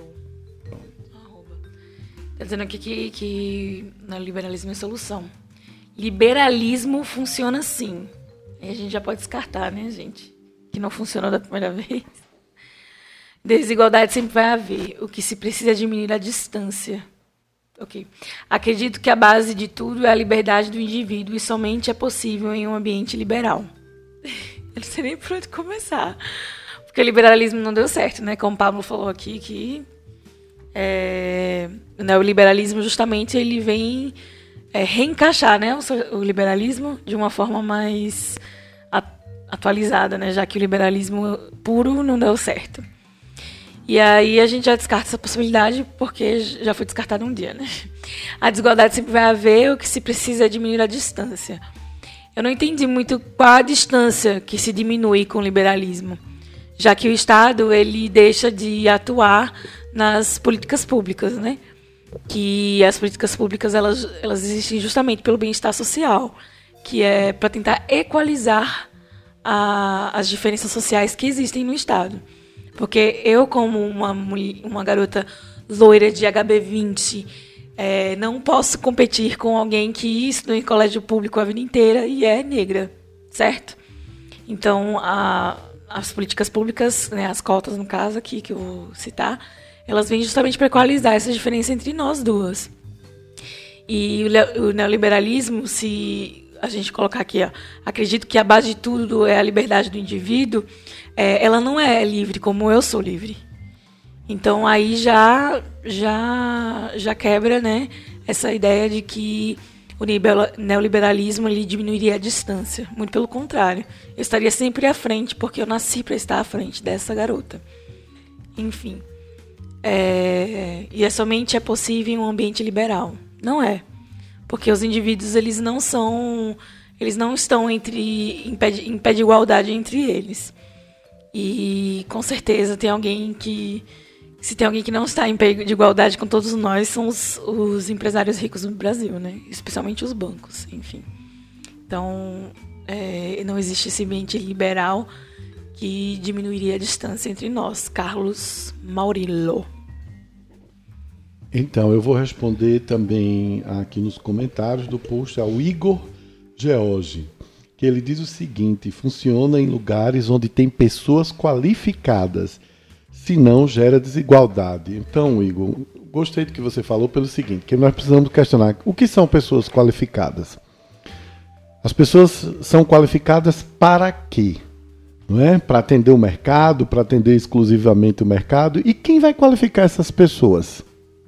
Está dizendo aqui que, que no liberalismo é solução. Liberalismo funciona assim. Aí a gente já pode descartar, né, gente? Que não funcionou da primeira vez. Desigualdade sempre vai haver. O que se precisa é diminuir a distância. Ok. Acredito que a base de tudo é a liberdade do indivíduo e somente é possível em um ambiente liberal. Eu não sei nem por onde começar. Porque o liberalismo não deu certo, né? Como o Pablo falou aqui, que é, o neoliberalismo justamente ele vem é, reencaixar, né, o, o liberalismo de uma forma mais a, atualizada, né? Já que o liberalismo puro não deu certo. E aí a gente já descarta essa possibilidade porque já foi descartada um dia, né? A desigualdade sempre vai haver, o que se precisa é diminuir a distância. Eu não entendi muito qual a distância que se diminui com o liberalismo, já que o Estado ele deixa de atuar nas políticas públicas, né? Que as políticas públicas elas, elas existem justamente pelo bem-estar social, que é para tentar equalizar a, as diferenças sociais que existem no Estado. Porque eu, como uma, uma garota loira de H B vinte, é, não posso competir com alguém que estudou em colégio público a vida inteira e é negra, certo? Então, a, as políticas públicas, né, as cotas, no caso aqui, que eu vou citar, elas vêm justamente para equalizar essa diferença entre nós duas. E o, o neoliberalismo, se a gente colocar aqui, ó, acredito que a base de tudo é a liberdade do indivíduo, é, ela não é livre como eu sou livre. Então aí já, já, já quebra, né, essa ideia de que o neoliberalismo ele diminuiria a distância. Muito pelo contrário. Eu estaria sempre à frente, porque eu nasci para estar à frente dessa garota. Enfim. É, e é somente é possível em um ambiente liberal. Não é. Porque os indivíduos eles não são, eles não estão entre, em pé de, em pé de igualdade entre eles. E com certeza tem alguém que, se tem alguém que não está em pé de igualdade com todos nós, são os, os empresários ricos do Brasil, né? Especialmente os bancos, enfim. Então, é, não existe esse ambiente liberal que diminuiria a distância entre nós. Carlos Maurillo. Então, eu vou responder também aqui nos comentários do post ao Igor George, que ele diz o seguinte: funciona em lugares onde tem pessoas qualificadas, senão gera desigualdade. Então, Igor, gostei do que você falou pelo seguinte, que nós precisamos questionar o que são pessoas qualificadas. As pessoas são qualificadas para quê? Não é? Para atender o mercado, para atender exclusivamente o mercado. E quem vai qualificar essas pessoas?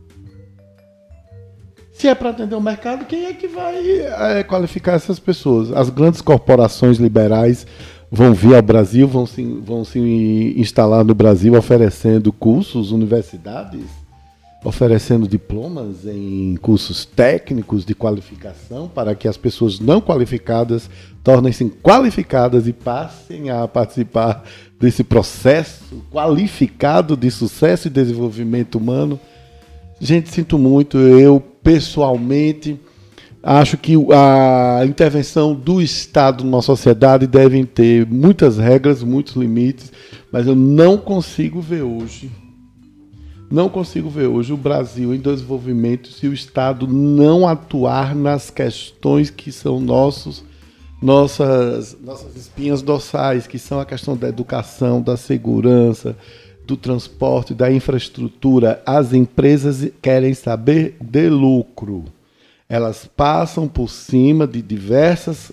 Se é para atender o mercado, quem é que vai é, qualificar essas pessoas? As grandes corporações liberais vão vir ao Brasil, vão se, vão se instalar no Brasil oferecendo cursos, universidades, oferecendo diplomas em cursos técnicos de qualificação para que as pessoas não qualificadas tornem-se qualificadas e passem a participar desse processo qualificado de sucesso e desenvolvimento humano. Gente, sinto muito, eu pessoalmente acho que a intervenção do Estado numa sociedade deve ter muitas regras, muitos limites, mas eu não consigo ver hoje, não consigo ver hoje o Brasil em desenvolvimento se o Estado não atuar nas questões que são nossos, nossas, nossas espinhas dorsais, que são a questão da educação, da segurança, do transporte, da infraestrutura. As empresas querem saber de lucro. Elas passam por cima de diversas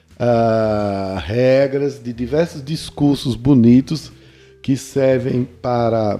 uh, regras, de diversos discursos bonitos que servem para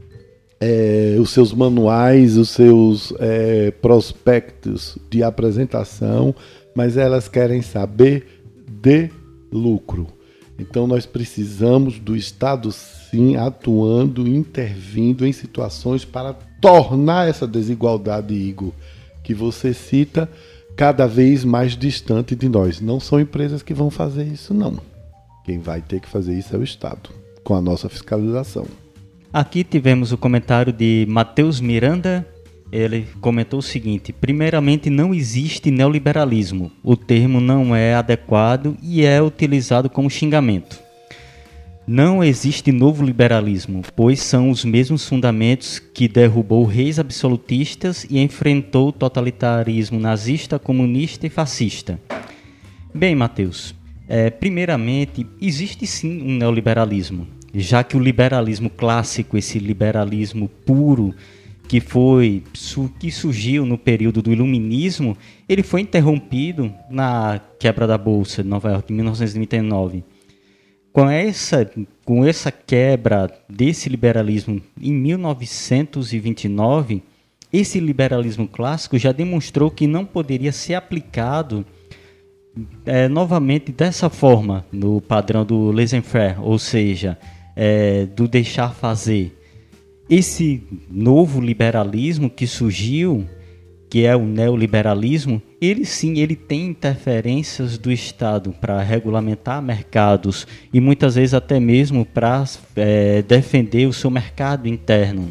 é, os seus manuais, os seus é, prospectos de apresentação, mas elas querem saber de lucro. Então nós precisamos do Estado, sim, atuando, intervindo em situações para tornar essa desigualdade, Igor, que você cita, cada vez mais distante de nós. Não são empresas que vão fazer isso, não. Quem vai ter que fazer isso é o Estado, com a nossa fiscalização. Aqui tivemos o comentário de Matheus Miranda. Ele comentou o seguinte: primeiramente, não existe neoliberalismo. O termo não é adequado e é utilizado como xingamento. Não existe novo liberalismo, pois são os mesmos fundamentos que derrubou reis absolutistas e enfrentou o totalitarismo nazista, comunista e fascista. Bem, Matheus, é, primeiramente, existe sim um neoliberalismo, já que o liberalismo clássico, esse liberalismo puro, que foi que surgiu no período do Iluminismo, ele foi interrompido na quebra da Bolsa de Nova York em mil novecentos e trinta e nove. Com essa, com essa quebra desse liberalismo em mil novecentos e vinte e nove, esse liberalismo clássico já demonstrou que não poderia ser aplicado é, novamente dessa forma, no padrão do laissez-faire, ou seja, é, do deixar fazer. Esse novo liberalismo que surgiu, que é o neoliberalismo, ele sim, ele tem interferências do Estado para regulamentar mercados e muitas vezes até mesmo para é, defender o seu mercado interno.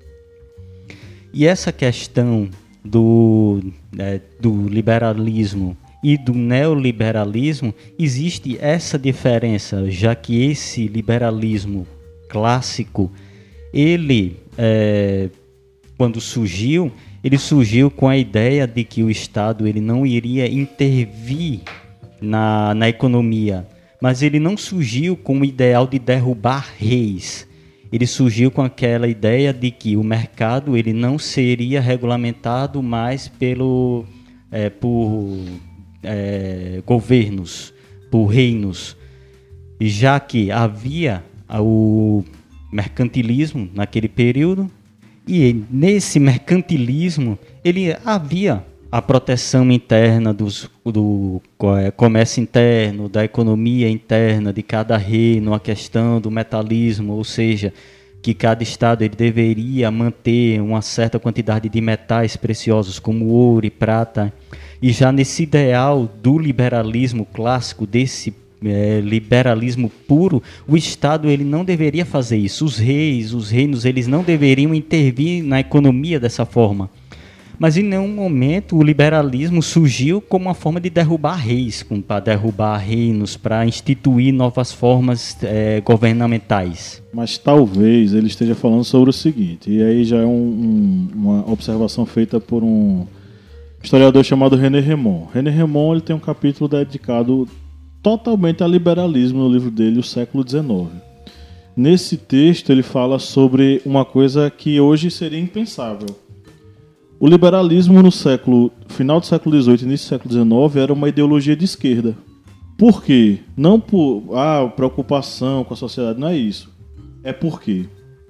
E essa questão do, é, do liberalismo e do neoliberalismo, existe essa diferença, já que esse liberalismo clássico, ele, é, quando surgiu, ele surgiu com a ideia de que o Estado ele não iria intervir na, na economia, mas ele não surgiu com o ideal de derrubar reis. Ele surgiu com aquela ideia de que o mercado ele não seria regulamentado mais pelo, é, por é, governos, por reinos, já que havia o mercantilismo naquele período, e nesse mercantilismo ele havia a proteção interna dos, do comércio interno, da economia interna de cada reino, a questão do metalismo, ou seja, que cada estado ele deveria manter uma certa quantidade de metais preciosos como ouro e prata. E já nesse ideal do liberalismo clássico, desse É, liberalismo puro, o Estado ele não deveria fazer isso. Os reis, os reinos, eles não deveriam intervir na economia dessa forma. Mas em nenhum momento o liberalismo surgiu como uma forma de derrubar reis, para derrubar reinos, para instituir novas formas é, governamentais. Mas talvez ele esteja falando sobre o seguinte, e aí já é um, um, uma observação feita por um historiador chamado René Rémond. René Rémond ele tem um capítulo dedicado totalmente ao liberalismo no livro dele, O Século dezenove. Nesse texto ele fala sobre uma coisa que hoje seria impensável. O liberalismo no século, final do século dezoito e início do século dezenove era uma ideologia de esquerda. Por quê? Não por ah, preocupação com a sociedade, não é isso. É porque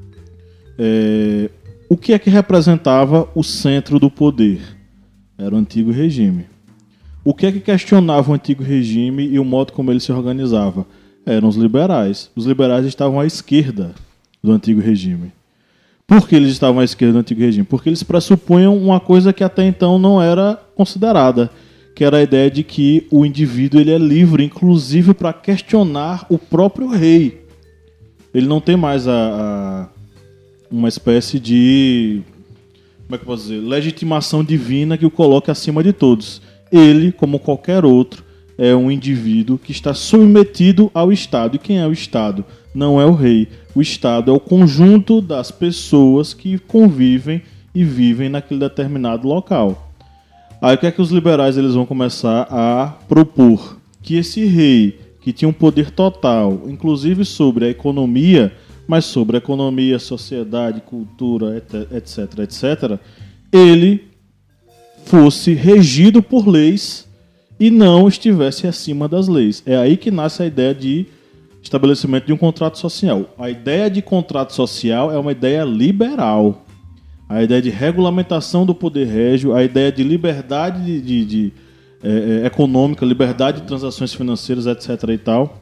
é, o que é que representava o centro do poder? Era o antigo regime. O que é que questionava o antigo regime e o modo como ele se organizava? Eram os liberais. Os liberais estavam à esquerda do antigo regime. Por que eles estavam à esquerda do antigo regime? Porque eles pressupunham uma coisa que até então não era considerada, que era a ideia de que o indivíduo ele é livre, inclusive para questionar o próprio rei. Ele não tem mais a, a, uma espécie de, como é que eu posso dizer, legitimação divina que o coloque acima de todos. Ele, como qualquer outro, é um indivíduo que está submetido ao Estado. E quem é o Estado? Não é o rei. O Estado é o conjunto das pessoas que convivem e vivem naquele determinado local. Aí o que é que os liberais eles vão começar a propor? Que esse rei, que tinha um poder total, inclusive sobre a economia, mas sobre a economia, sociedade, cultura, etc, etcétera, ele fosse regido por leis e não estivesse acima das leis. É aí que nasce a ideia de estabelecimento de um contrato social. A ideia de contrato social é uma ideia liberal. A ideia de regulamentação do poder régio, a ideia de liberdade de, de, de, é, econômica, liberdade de transações financeiras, etc. e tal.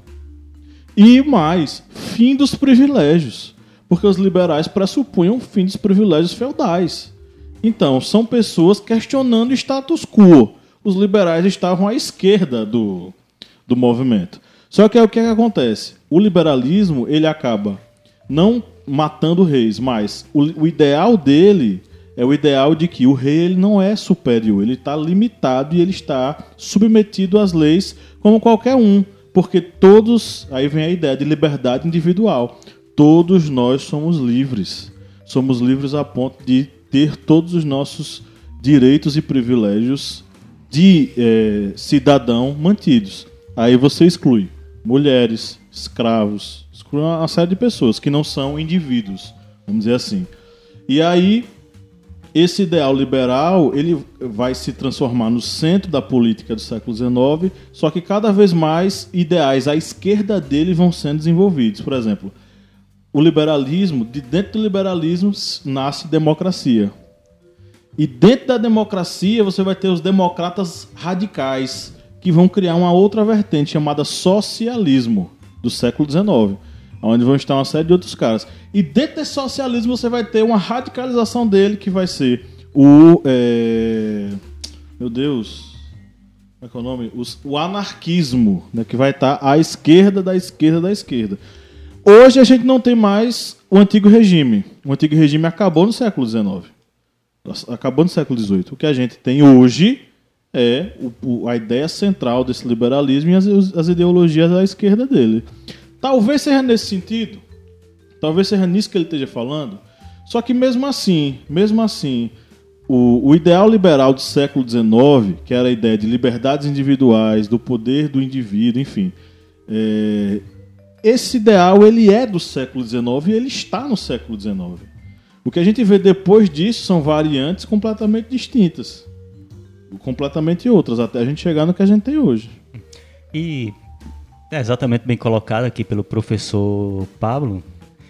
E mais, fim dos privilégios. Porque os liberais pressupunham o fim dos privilégios feudais. Então, são pessoas questionando o status quo. Os liberais estavam à esquerda do, do movimento. Só que aí o que, é que acontece? O liberalismo ele acaba não matando reis, mas o, o ideal dele é o ideal de que o rei ele não é superior, ele está limitado e ele está submetido às leis como qualquer um, porque todos, aí vem a ideia de liberdade individual, todos nós somos livres, somos livres a ponto de ter todos os nossos direitos e privilégios de é, cidadão mantidos. Aí você exclui mulheres, escravos, exclui uma série de pessoas que não são indivíduos, vamos dizer assim. E aí, esse ideal liberal ele vai se transformar no centro da política do século dezenove, só que cada vez mais ideais à esquerda dele vão sendo desenvolvidos. Por exemplo, o liberalismo, de dentro do liberalismo nasce democracia. E dentro da democracia você vai ter os democratas radicais, que vão criar uma outra vertente chamada socialismo do século dezenove, onde vão estar uma série de outros caras. E dentro desse socialismo você vai ter uma radicalização dele, que vai ser o... É... Meu Deus... Como é que é o nome? O, o anarquismo, né, que vai estar à esquerda da esquerda da esquerda. Hoje a gente não tem mais o antigo regime. O antigo regime acabou no século dezenove. Acabou no século dezoito. O que a gente tem hoje é o, a ideia central desse liberalismo e as, as ideologias à esquerda dele. Talvez seja nesse sentido, talvez seja nisso que ele esteja falando, só que mesmo assim, mesmo assim, o, o ideal liberal do século dezenove, que era a ideia de liberdades individuais, do poder do indivíduo, enfim, é, esse ideal ele é do século dezenove e ele está no século dezenove. O que a gente vê depois disso são variantes completamente distintas. Completamente outras, até a gente chegar no que a gente tem hoje. E é exatamente bem colocado aqui pelo professor Pablo.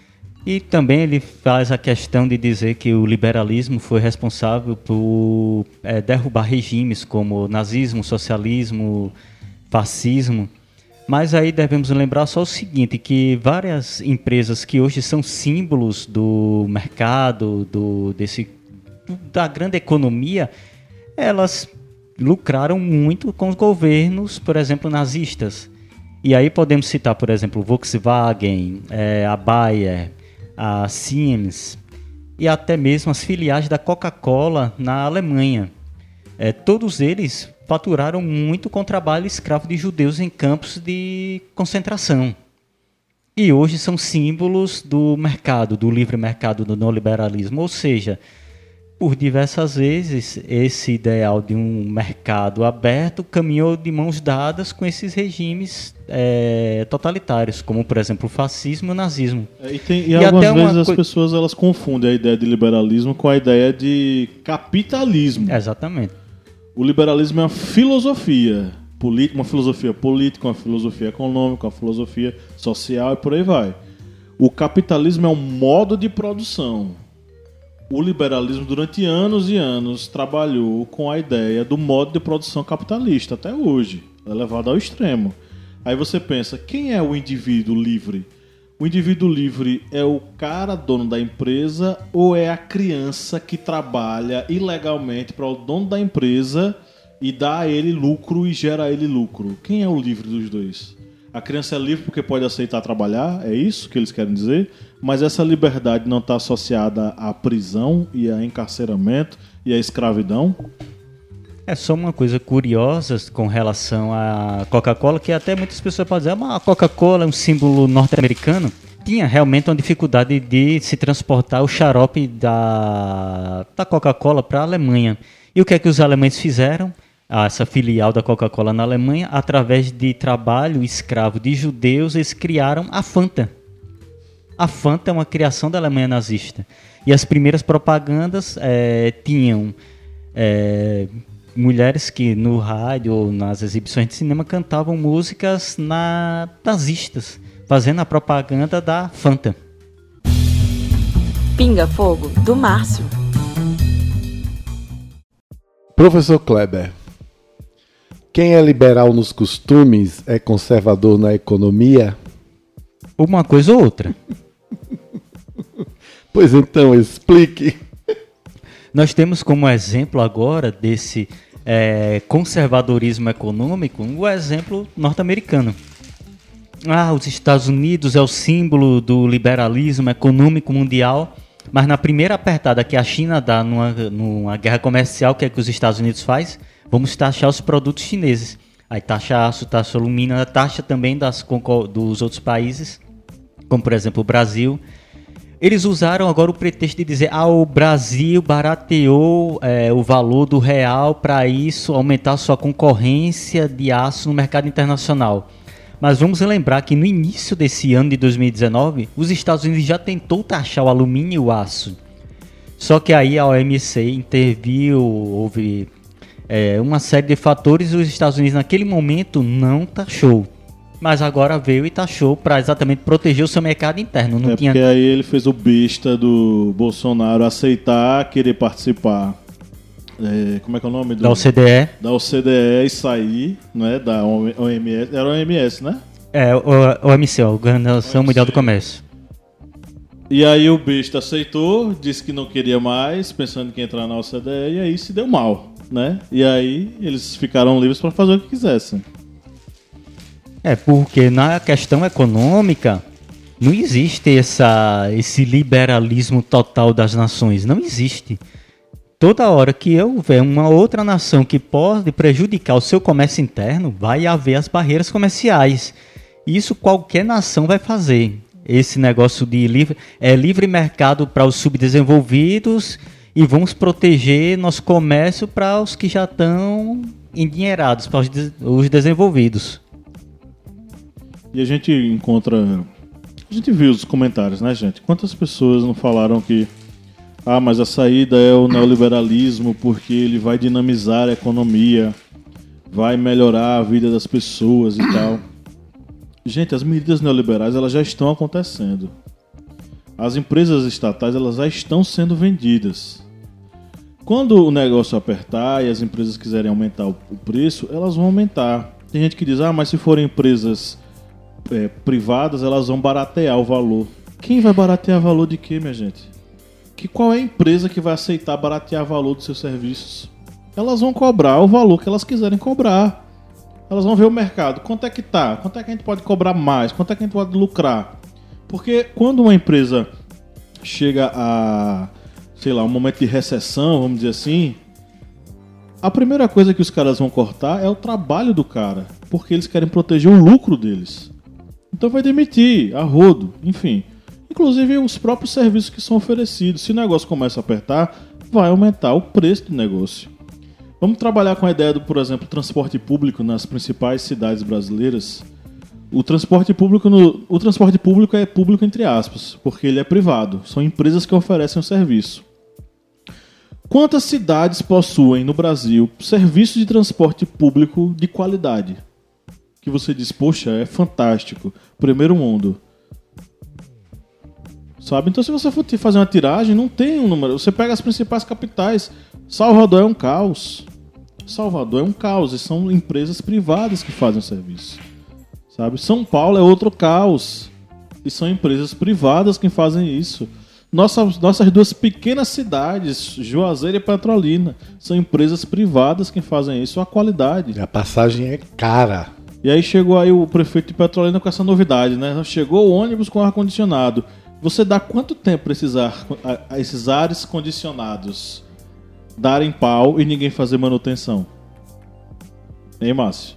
E também ele faz a questão de dizer que o liberalismo foi responsável por é, derrubar regimes como nazismo, socialismo, fascismo. Mas aí devemos lembrar só o seguinte, que várias empresas que hoje são símbolos do mercado, do, desse, da grande economia, elas lucraram muito com os governos, por exemplo, nazistas. E aí podemos citar, por exemplo, Volkswagen, é, a Bayer, a Siemens. e até mesmo as filiais da Coca-Cola na Alemanha. É, todos eles faturaram muito com o trabalho escravo de judeus em campos de concentração. E hoje são símbolos do mercado, do livre mercado, do neoliberalismo. Ou seja, por diversas vezes, esse ideal de um mercado aberto caminhou de mãos dadas com esses regimes é, totalitários, como, por exemplo, o fascismo e o nazismo. É, e tem, e, e algumas vezes as co... pessoas elas confundem a ideia de liberalismo com a ideia de capitalismo. Exatamente. O liberalismo é uma filosofia política, uma filosofia política, uma filosofia econômica, uma filosofia social e por aí vai. O capitalismo é um modo de produção. O liberalismo, durante anos e anos, trabalhou com a ideia do modo de produção capitalista, até hoje. É levado ao extremo. Aí você pensa, quem é o indivíduo livre? O indivíduo livre é o cara dono da empresa ou é a criança que trabalha ilegalmente para o dono da empresa e dá a ele lucro e gera a ele lucro? Quem é o livre dos dois? A criança é livre porque pode aceitar trabalhar, é isso que eles querem dizer? Mas essa liberdade não está associada à prisão e a encarceramento e à escravidão? É só uma coisa curiosa com relação à Coca-Cola, que até muitas pessoas podem dizer, mas a Coca-Cola é um símbolo norte-americano. Tinha realmente uma dificuldade de se transportar o xarope da, da Coca-Cola para a Alemanha. E o que é que os alemães fizeram? Essa filial da Coca-Cola na Alemanha, através de trabalho escravo de judeus, eles criaram a Fanta. A Fanta é uma criação da Alemanha nazista. E as primeiras propagandas é, tinham é, mulheres que no rádio ou nas exibições de cinema cantavam músicas na, nazistas, fazendo a propaganda da Fanta. Pinga Fogo, do Márcio. Professor Kleber, quem é liberal nos costumes é conservador na economia? Uma coisa ou outra. Pois então, explique. Nós temos como exemplo agora desse é, conservadorismo econômico o exemplo norte-americano. Ah, os Estados Unidos é o símbolo do liberalismo econômico mundial, mas na primeira apertada que a China dá numa, numa guerra comercial, o que é que os Estados Unidos faz? Vamos taxar os produtos chineses. Aí taxa aço, taxa alumínio, taxa também das, dos outros países, como por exemplo o Brasil. Eles usaram agora o pretexto de dizer ah, o Brasil barateou é, o valor do real para isso aumentar sua concorrência de aço no mercado internacional. Mas vamos lembrar que no início desse ano de dois mil e dezenove, os Estados Unidos já tentou taxar o alumínio e o aço. Só que aí a O M C interviu, houve é, uma série de fatores e os Estados Unidos naquele momento não taxou. Mas agora veio e taxou para exatamente proteger o seu mercado interno. Não é tinha... porque aí ele fez o besta do Bolsonaro aceitar, querer participar. É, como é que é o nome? Do, da O C D E. Da O C D E e sair, né, da O M S. Era o O M S, né? É, o, o O M C, a Organização Mundial do Comércio. E aí o besta aceitou, disse que não queria mais, pensando que ia entrar na O C D E, e aí se deu mal, né? E aí eles ficaram livres para fazer o que quisessem. É, porque na questão econômica não existe essa, esse liberalismo total das nações, não existe. Toda hora que houver uma outra nação que pode prejudicar o seu comércio interno, vai haver as barreiras comerciais. Isso qualquer nação vai fazer. Esse negócio de livre, é livre mercado para os subdesenvolvidos e vamos proteger nosso comércio para os que já estão endinheirados, para os, os desenvolvidos. E a gente encontra... A gente viu os comentários, né, gente? Quantas pessoas não falaram que ah, mas a saída é o neoliberalismo porque ele vai dinamizar a economia, vai melhorar a vida das pessoas e tal. Gente, as medidas neoliberais elas já estão acontecendo. As empresas estatais elas já estão sendo vendidas. Quando o negócio apertar e as empresas quiserem aumentar o preço, elas vão aumentar. Tem gente que diz, ah, mas se forem empresas é, privadas, elas vão baratear o valor. Quem vai baratear valor de quê, minha gente? Que qual é a empresa que vai aceitar baratear o valor dos seus serviços? Elas vão cobrar o valor que elas quiserem cobrar. Elas vão ver o mercado. Quanto é que tá? Quanto é que a gente pode cobrar mais? Quanto é que a gente pode lucrar? Porque quando uma empresa chega a sei lá, um momento de recessão, vamos dizer assim, a primeira coisa que os caras vão cortar é o trabalho do cara, porque eles querem proteger o lucro deles. Então vai demitir, a rodo, enfim. Inclusive os próprios serviços que são oferecidos. Se o negócio começa a apertar, vai aumentar o preço do negócio. Vamos trabalhar com a ideia do, por exemplo, transporte público nas principais cidades brasileiras. O transporte público, no, o transporte público é público entre aspas, porque ele é privado. São empresas que oferecem o serviço. Quantas cidades possuem no Brasil serviço de transporte público de qualidade? Que você diz, poxa, é fantástico, primeiro mundo. Sabe? Então se você for fazer uma tiragem, não tem um número. Você pega as principais capitais. Salvador é um caos. Salvador é um caos e são empresas privadas que fazem o serviço. Sabe? São Paulo é outro caos e são empresas privadas que fazem isso. Nossas, nossas duas pequenas cidades, Juazeiro e Petrolina, são empresas privadas que fazem isso. A qualidade. A passagem é cara. E aí chegou aí o prefeito de Petrolina com essa novidade, né? Chegou o ônibus com ar-condicionado. Você dá quanto tempo para esses, ar, a, esses ares condicionados darem pau e ninguém fazer manutenção? Hein, Márcio?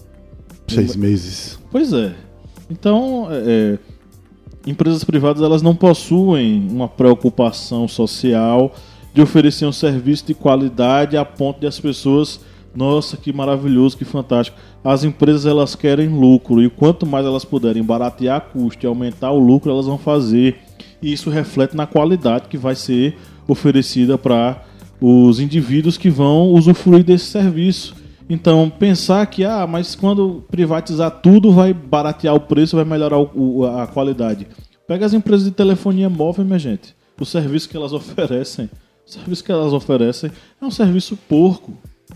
Seis meses. Pois é. Então, é, empresas privadas elas não possuem uma preocupação social de oferecer um serviço de qualidade a ponto de as pessoas, nossa, que maravilhoso, que fantástico. As empresas elas querem lucro e quanto mais elas puderem baratear custo e aumentar o lucro, elas vão fazer. E isso reflete na qualidade que vai ser oferecida para os indivíduos que vão usufruir desse serviço. Então, pensar que, ah, mas quando privatizar tudo vai baratear o preço, vai melhorar o, a qualidade. Pega as empresas de telefonia móvel, minha gente. O serviço que elas oferecem, o serviço que elas oferecem é um serviço porco.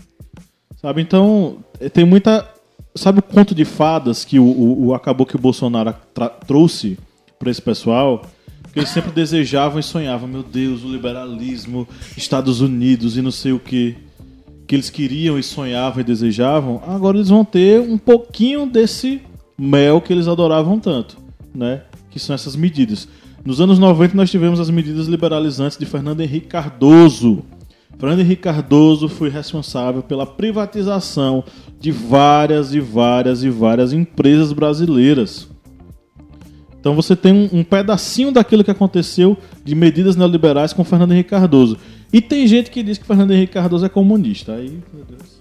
Sabe, então, tem muita... Sabe o conto de fadas que o, o, o acabou que o Bolsonaro tra- trouxe para esse pessoal? Que eles sempre desejavam e sonhavam, meu Deus, o liberalismo, Estados Unidos e não sei o que. Que eles queriam e sonhavam e desejavam. Agora eles vão ter um pouquinho desse mel que eles adoravam tanto, né? Que são essas medidas. Nos anos noventa nós tivemos as medidas liberalizantes de Fernando Henrique Cardoso. Fernando Henrique Cardoso foi responsável pela privatização de várias e várias e várias empresas brasileiras. Então você tem um, um pedacinho daquilo que aconteceu de medidas neoliberais com Fernando Henrique Cardoso. E tem gente que diz que Fernando Henrique Cardoso é comunista. Aí, meu Deus.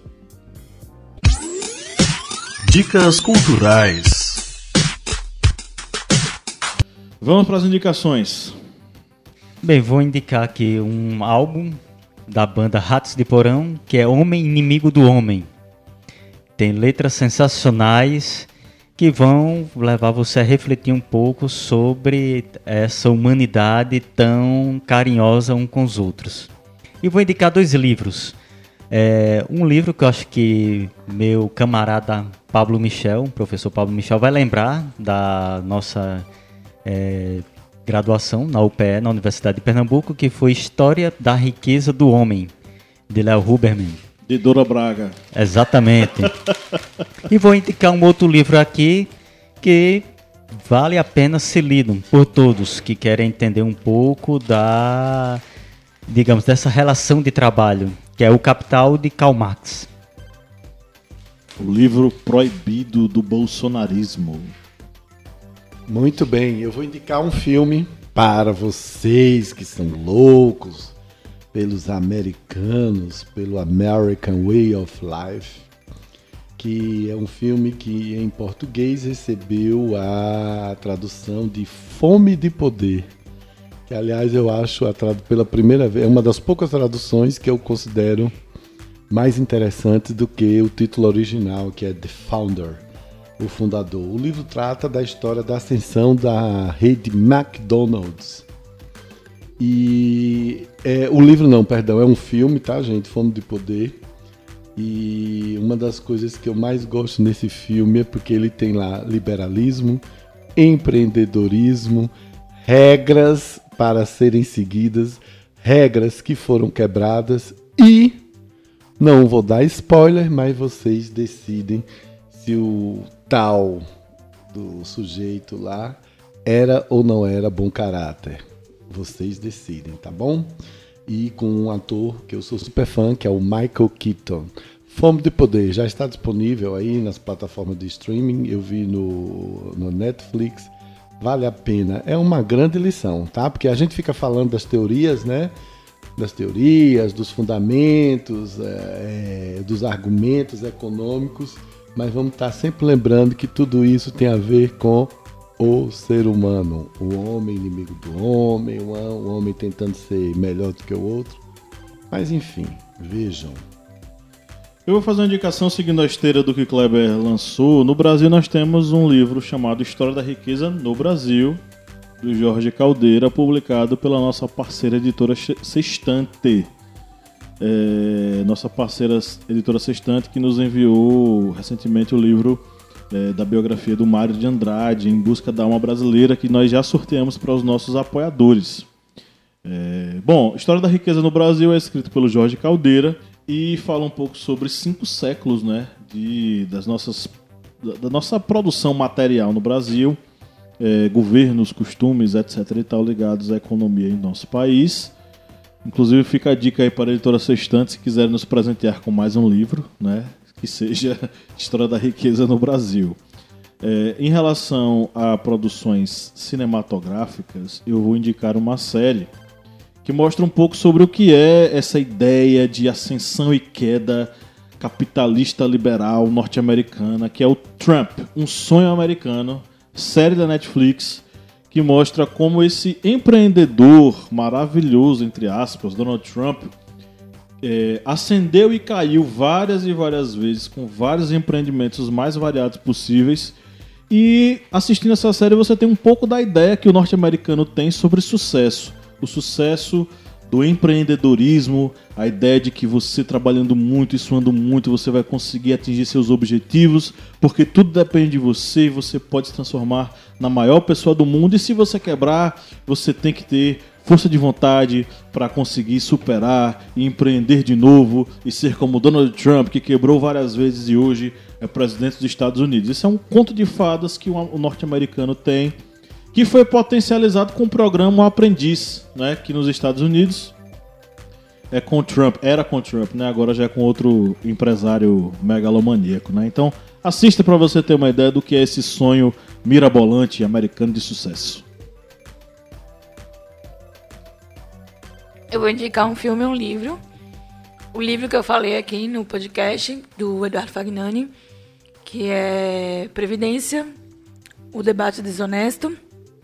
Dicas culturais. Vamos para as indicações. Bem, vou indicar aqui um álbum da banda Ratos de Porão, que é Homem Inimigo do Homem. Tem letras sensacionais que vão levar você a refletir um pouco sobre essa humanidade tão carinhosa um com os outros. E vou indicar dois livros. É, um livro que eu acho que meu camarada Pablo Michel, o professor Pablo Michel, vai lembrar da nossa é, graduação na U P E, na Universidade de Pernambuco, que foi História da Riqueza do Homem, de Léo Huberman. De Dora Braga. Exatamente. E vou indicar um outro livro aqui que vale a pena ser lido por todos que querem entender um pouco da, digamos, dessa relação de trabalho, que é O Capital de Karl Marx. O livro proibido do bolsonarismo. Muito bem, eu vou indicar um filme para vocês que são loucos pelos americanos, pelo American Way of Life, que é um filme que em português recebeu a tradução de Fome de Poder, que aliás eu acho a trad... pela primeira vez, é uma das poucas traduções que eu considero mais interessantes do que o título original, que é The Founder, o fundador. O livro trata da história da ascensão da rede McDonald's. E é, o livro não, perdão, é um filme, tá, gente? Fome de Poder. E uma das coisas que eu mais gosto nesse filme é porque ele tem lá liberalismo, empreendedorismo, regras para serem seguidas, regras que foram quebradas e não vou dar spoiler, mas vocês decidem se o tal do sujeito lá era ou não era bom caráter. Vocês decidem, tá bom? e com um ator que eu sou super fã, que é o Michael Keaton. Fome de Poder já está disponível aí nas plataformas de streaming, eu vi no, no Netflix, vale a pena. É uma grande lição, tá? Porque a gente fica falando das teorias, né? Das teorias, dos fundamentos, é, dos argumentos econômicos, mas vamos estar sempre lembrando que tudo isso tem a ver com o ser humano, o homem inimigo do homem, o homem tentando ser melhor do que o outro. Mas enfim, vejam. Eu vou fazer uma indicação seguindo a esteira do que Kleber lançou. No Brasil nós temos um livro chamado História da Riqueza no Brasil, do Jorge Caldeira, publicado pela nossa parceira editora Sextante. É, nossa parceira editora Sextante, que nos enviou recentemente o livro é, da biografia do Mário de Andrade, Em Busca da Alma Brasileira, que nós já sorteamos para os nossos apoiadores. É, bom, História da Riqueza no Brasil é escrito pelo Jorge Caldeira e fala um pouco sobre cinco séculos, né, de, das nossas, da, da nossa produção material no Brasil, é, governos, costumes, etc e tal, ligados à economia em nosso país. Inclusive fica a dica aí para a editora Sextante, se quiserem nos presentear com mais um livro, né, que seja História da Riqueza no Brasil. É, em relação a produções cinematográficas, eu vou indicar uma série que mostra um pouco sobre o que é essa ideia de ascensão e queda capitalista liberal norte-americana, que é o Trump, um sonho americano, série da Netflix, que mostra como esse empreendedor maravilhoso, entre aspas, Donald Trump, é, ascendeu e caiu várias e várias vezes, com vários empreendimentos mais variados possíveis. E assistindo essa série você tem um pouco da ideia que o norte-americano tem sobre sucesso. O sucesso do empreendedorismo, a ideia de que você trabalhando muito e suando muito, você vai conseguir atingir seus objetivos, porque tudo depende de você e você pode se transformar na maior pessoa do mundo. E se você quebrar, você tem que ter força de vontade para conseguir superar e empreender de novo e ser como Donald Trump, que quebrou várias vezes e hoje é presidente dos Estados Unidos. Esse é um conto de fadas que o norte-americano tem, que foi potencializado com o programa O Aprendiz, né, que nos Estados Unidos é com Trump, era com Trump, né, agora já é com outro empresário megalomaníaco, né? Então, assista para você ter uma ideia do que é esse sonho mirabolante americano de sucesso. Eu vou indicar um filme e um livro. O livro que eu falei aqui no podcast do Eduardo Fagnani, que é Previdência, o debate desonesto.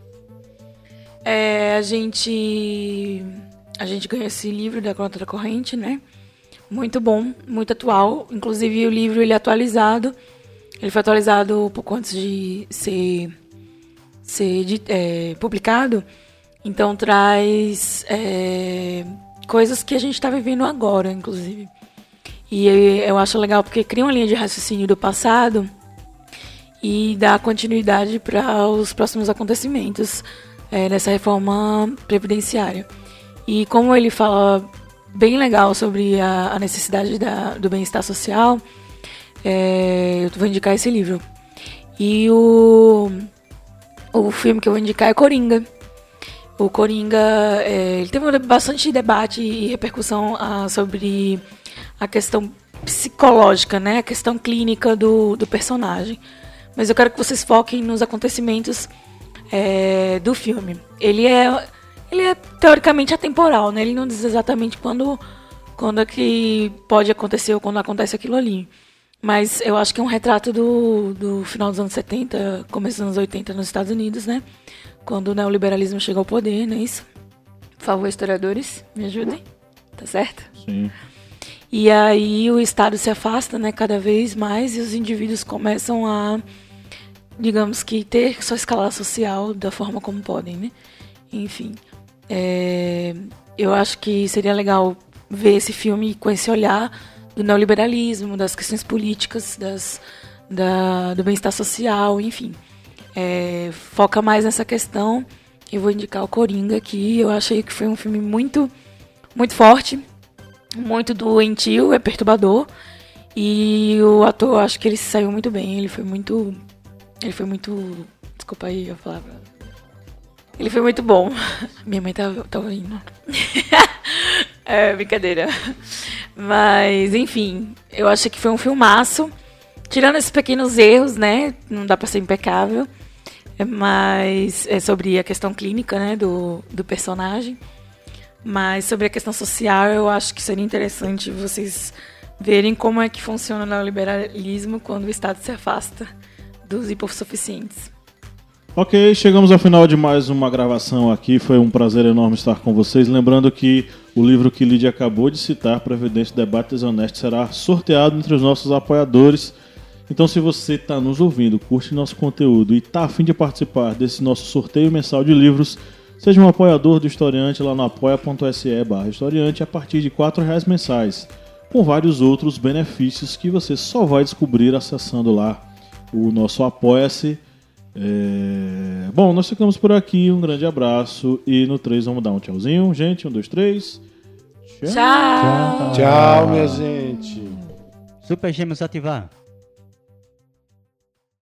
É, a gente a gente ganhou esse livro da Contracorrente, né? Muito bom, muito atual. Inclusive o livro ele é atualizado. Ele foi atualizado um pouco antes de ser, ser de, é, publicado. Então traz é, coisas que a gente está vivendo agora, inclusive. E eu acho legal porque cria uma linha de raciocínio do passado e dá continuidade para os próximos acontecimentos é, nessa reforma previdenciária. E como ele fala bem legal sobre a, a necessidade da, do bem-estar social, é, eu vou indicar esse livro. E o, o filme que eu vou indicar é Coringa. O Coringa, é, ele teve bastante debate e repercussão ah, sobre a questão psicológica, né? A questão clínica do, do personagem. Mas eu quero que vocês foquem nos acontecimentos é, do filme. Ele é, ele é teoricamente atemporal, né? Ele não diz exatamente quando, quando é que pode acontecer ou quando acontece aquilo ali. Mas eu acho que é um retrato do, do final dos anos setenta, começo dos anos oitenta nos Estados Unidos, né? Quando o neoliberalismo chegou ao poder, não é isso? Por favor, historiadores, me ajudem. Tá certo? Sim. E aí o Estado se afasta, né, cada vez mais, e os indivíduos começam a, digamos que, ter sua escala social da forma como podem, né? Enfim, é, eu acho que seria legal ver esse filme com esse olhar do neoliberalismo, das questões políticas, das, da, do bem-estar social, enfim. É, foca mais nessa questão. Eu vou indicar o Coringa aqui. Eu achei que foi um filme muito, muito forte, muito doentio, é perturbador. E o ator, acho que ele saiu muito bem. Ele foi muito... Ele foi muito... Desculpa aí a palavra. Ele foi muito bom. Minha mãe tá, tá ouvindo. É, brincadeira. Mas, enfim, eu acho que foi um filmaço. Tirando esses pequenos erros, né? Não dá pra ser impecável. Mas é sobre a questão clínica, né? Do, do personagem. Mas sobre a questão social, eu acho que seria interessante vocês verem como é que funciona o neoliberalismo quando o Estado se afasta dos hipossuficientes. Ok, chegamos ao final de mais uma gravação aqui. Foi um prazer enorme estar com vocês. Lembrando que o livro que Lídia acabou de citar, Previdência, Debate Desonesto, será sorteado entre os nossos apoiadores. Então, se você está nos ouvindo, curte nosso conteúdo e está a fim de participar desse nosso sorteio mensal de livros, seja um apoiador do Historiante lá no apoia.se barra Historiante a partir de quatro reais mensais, com vários outros benefícios que você só vai descobrir acessando lá o nosso Apoia-se. É... Bom, nós ficamos por aqui, um grande abraço e no três vamos dar um tchauzinho, gente, um, dois, três. Tchau! Tchau, minha gente. Super Gêmeos ativar.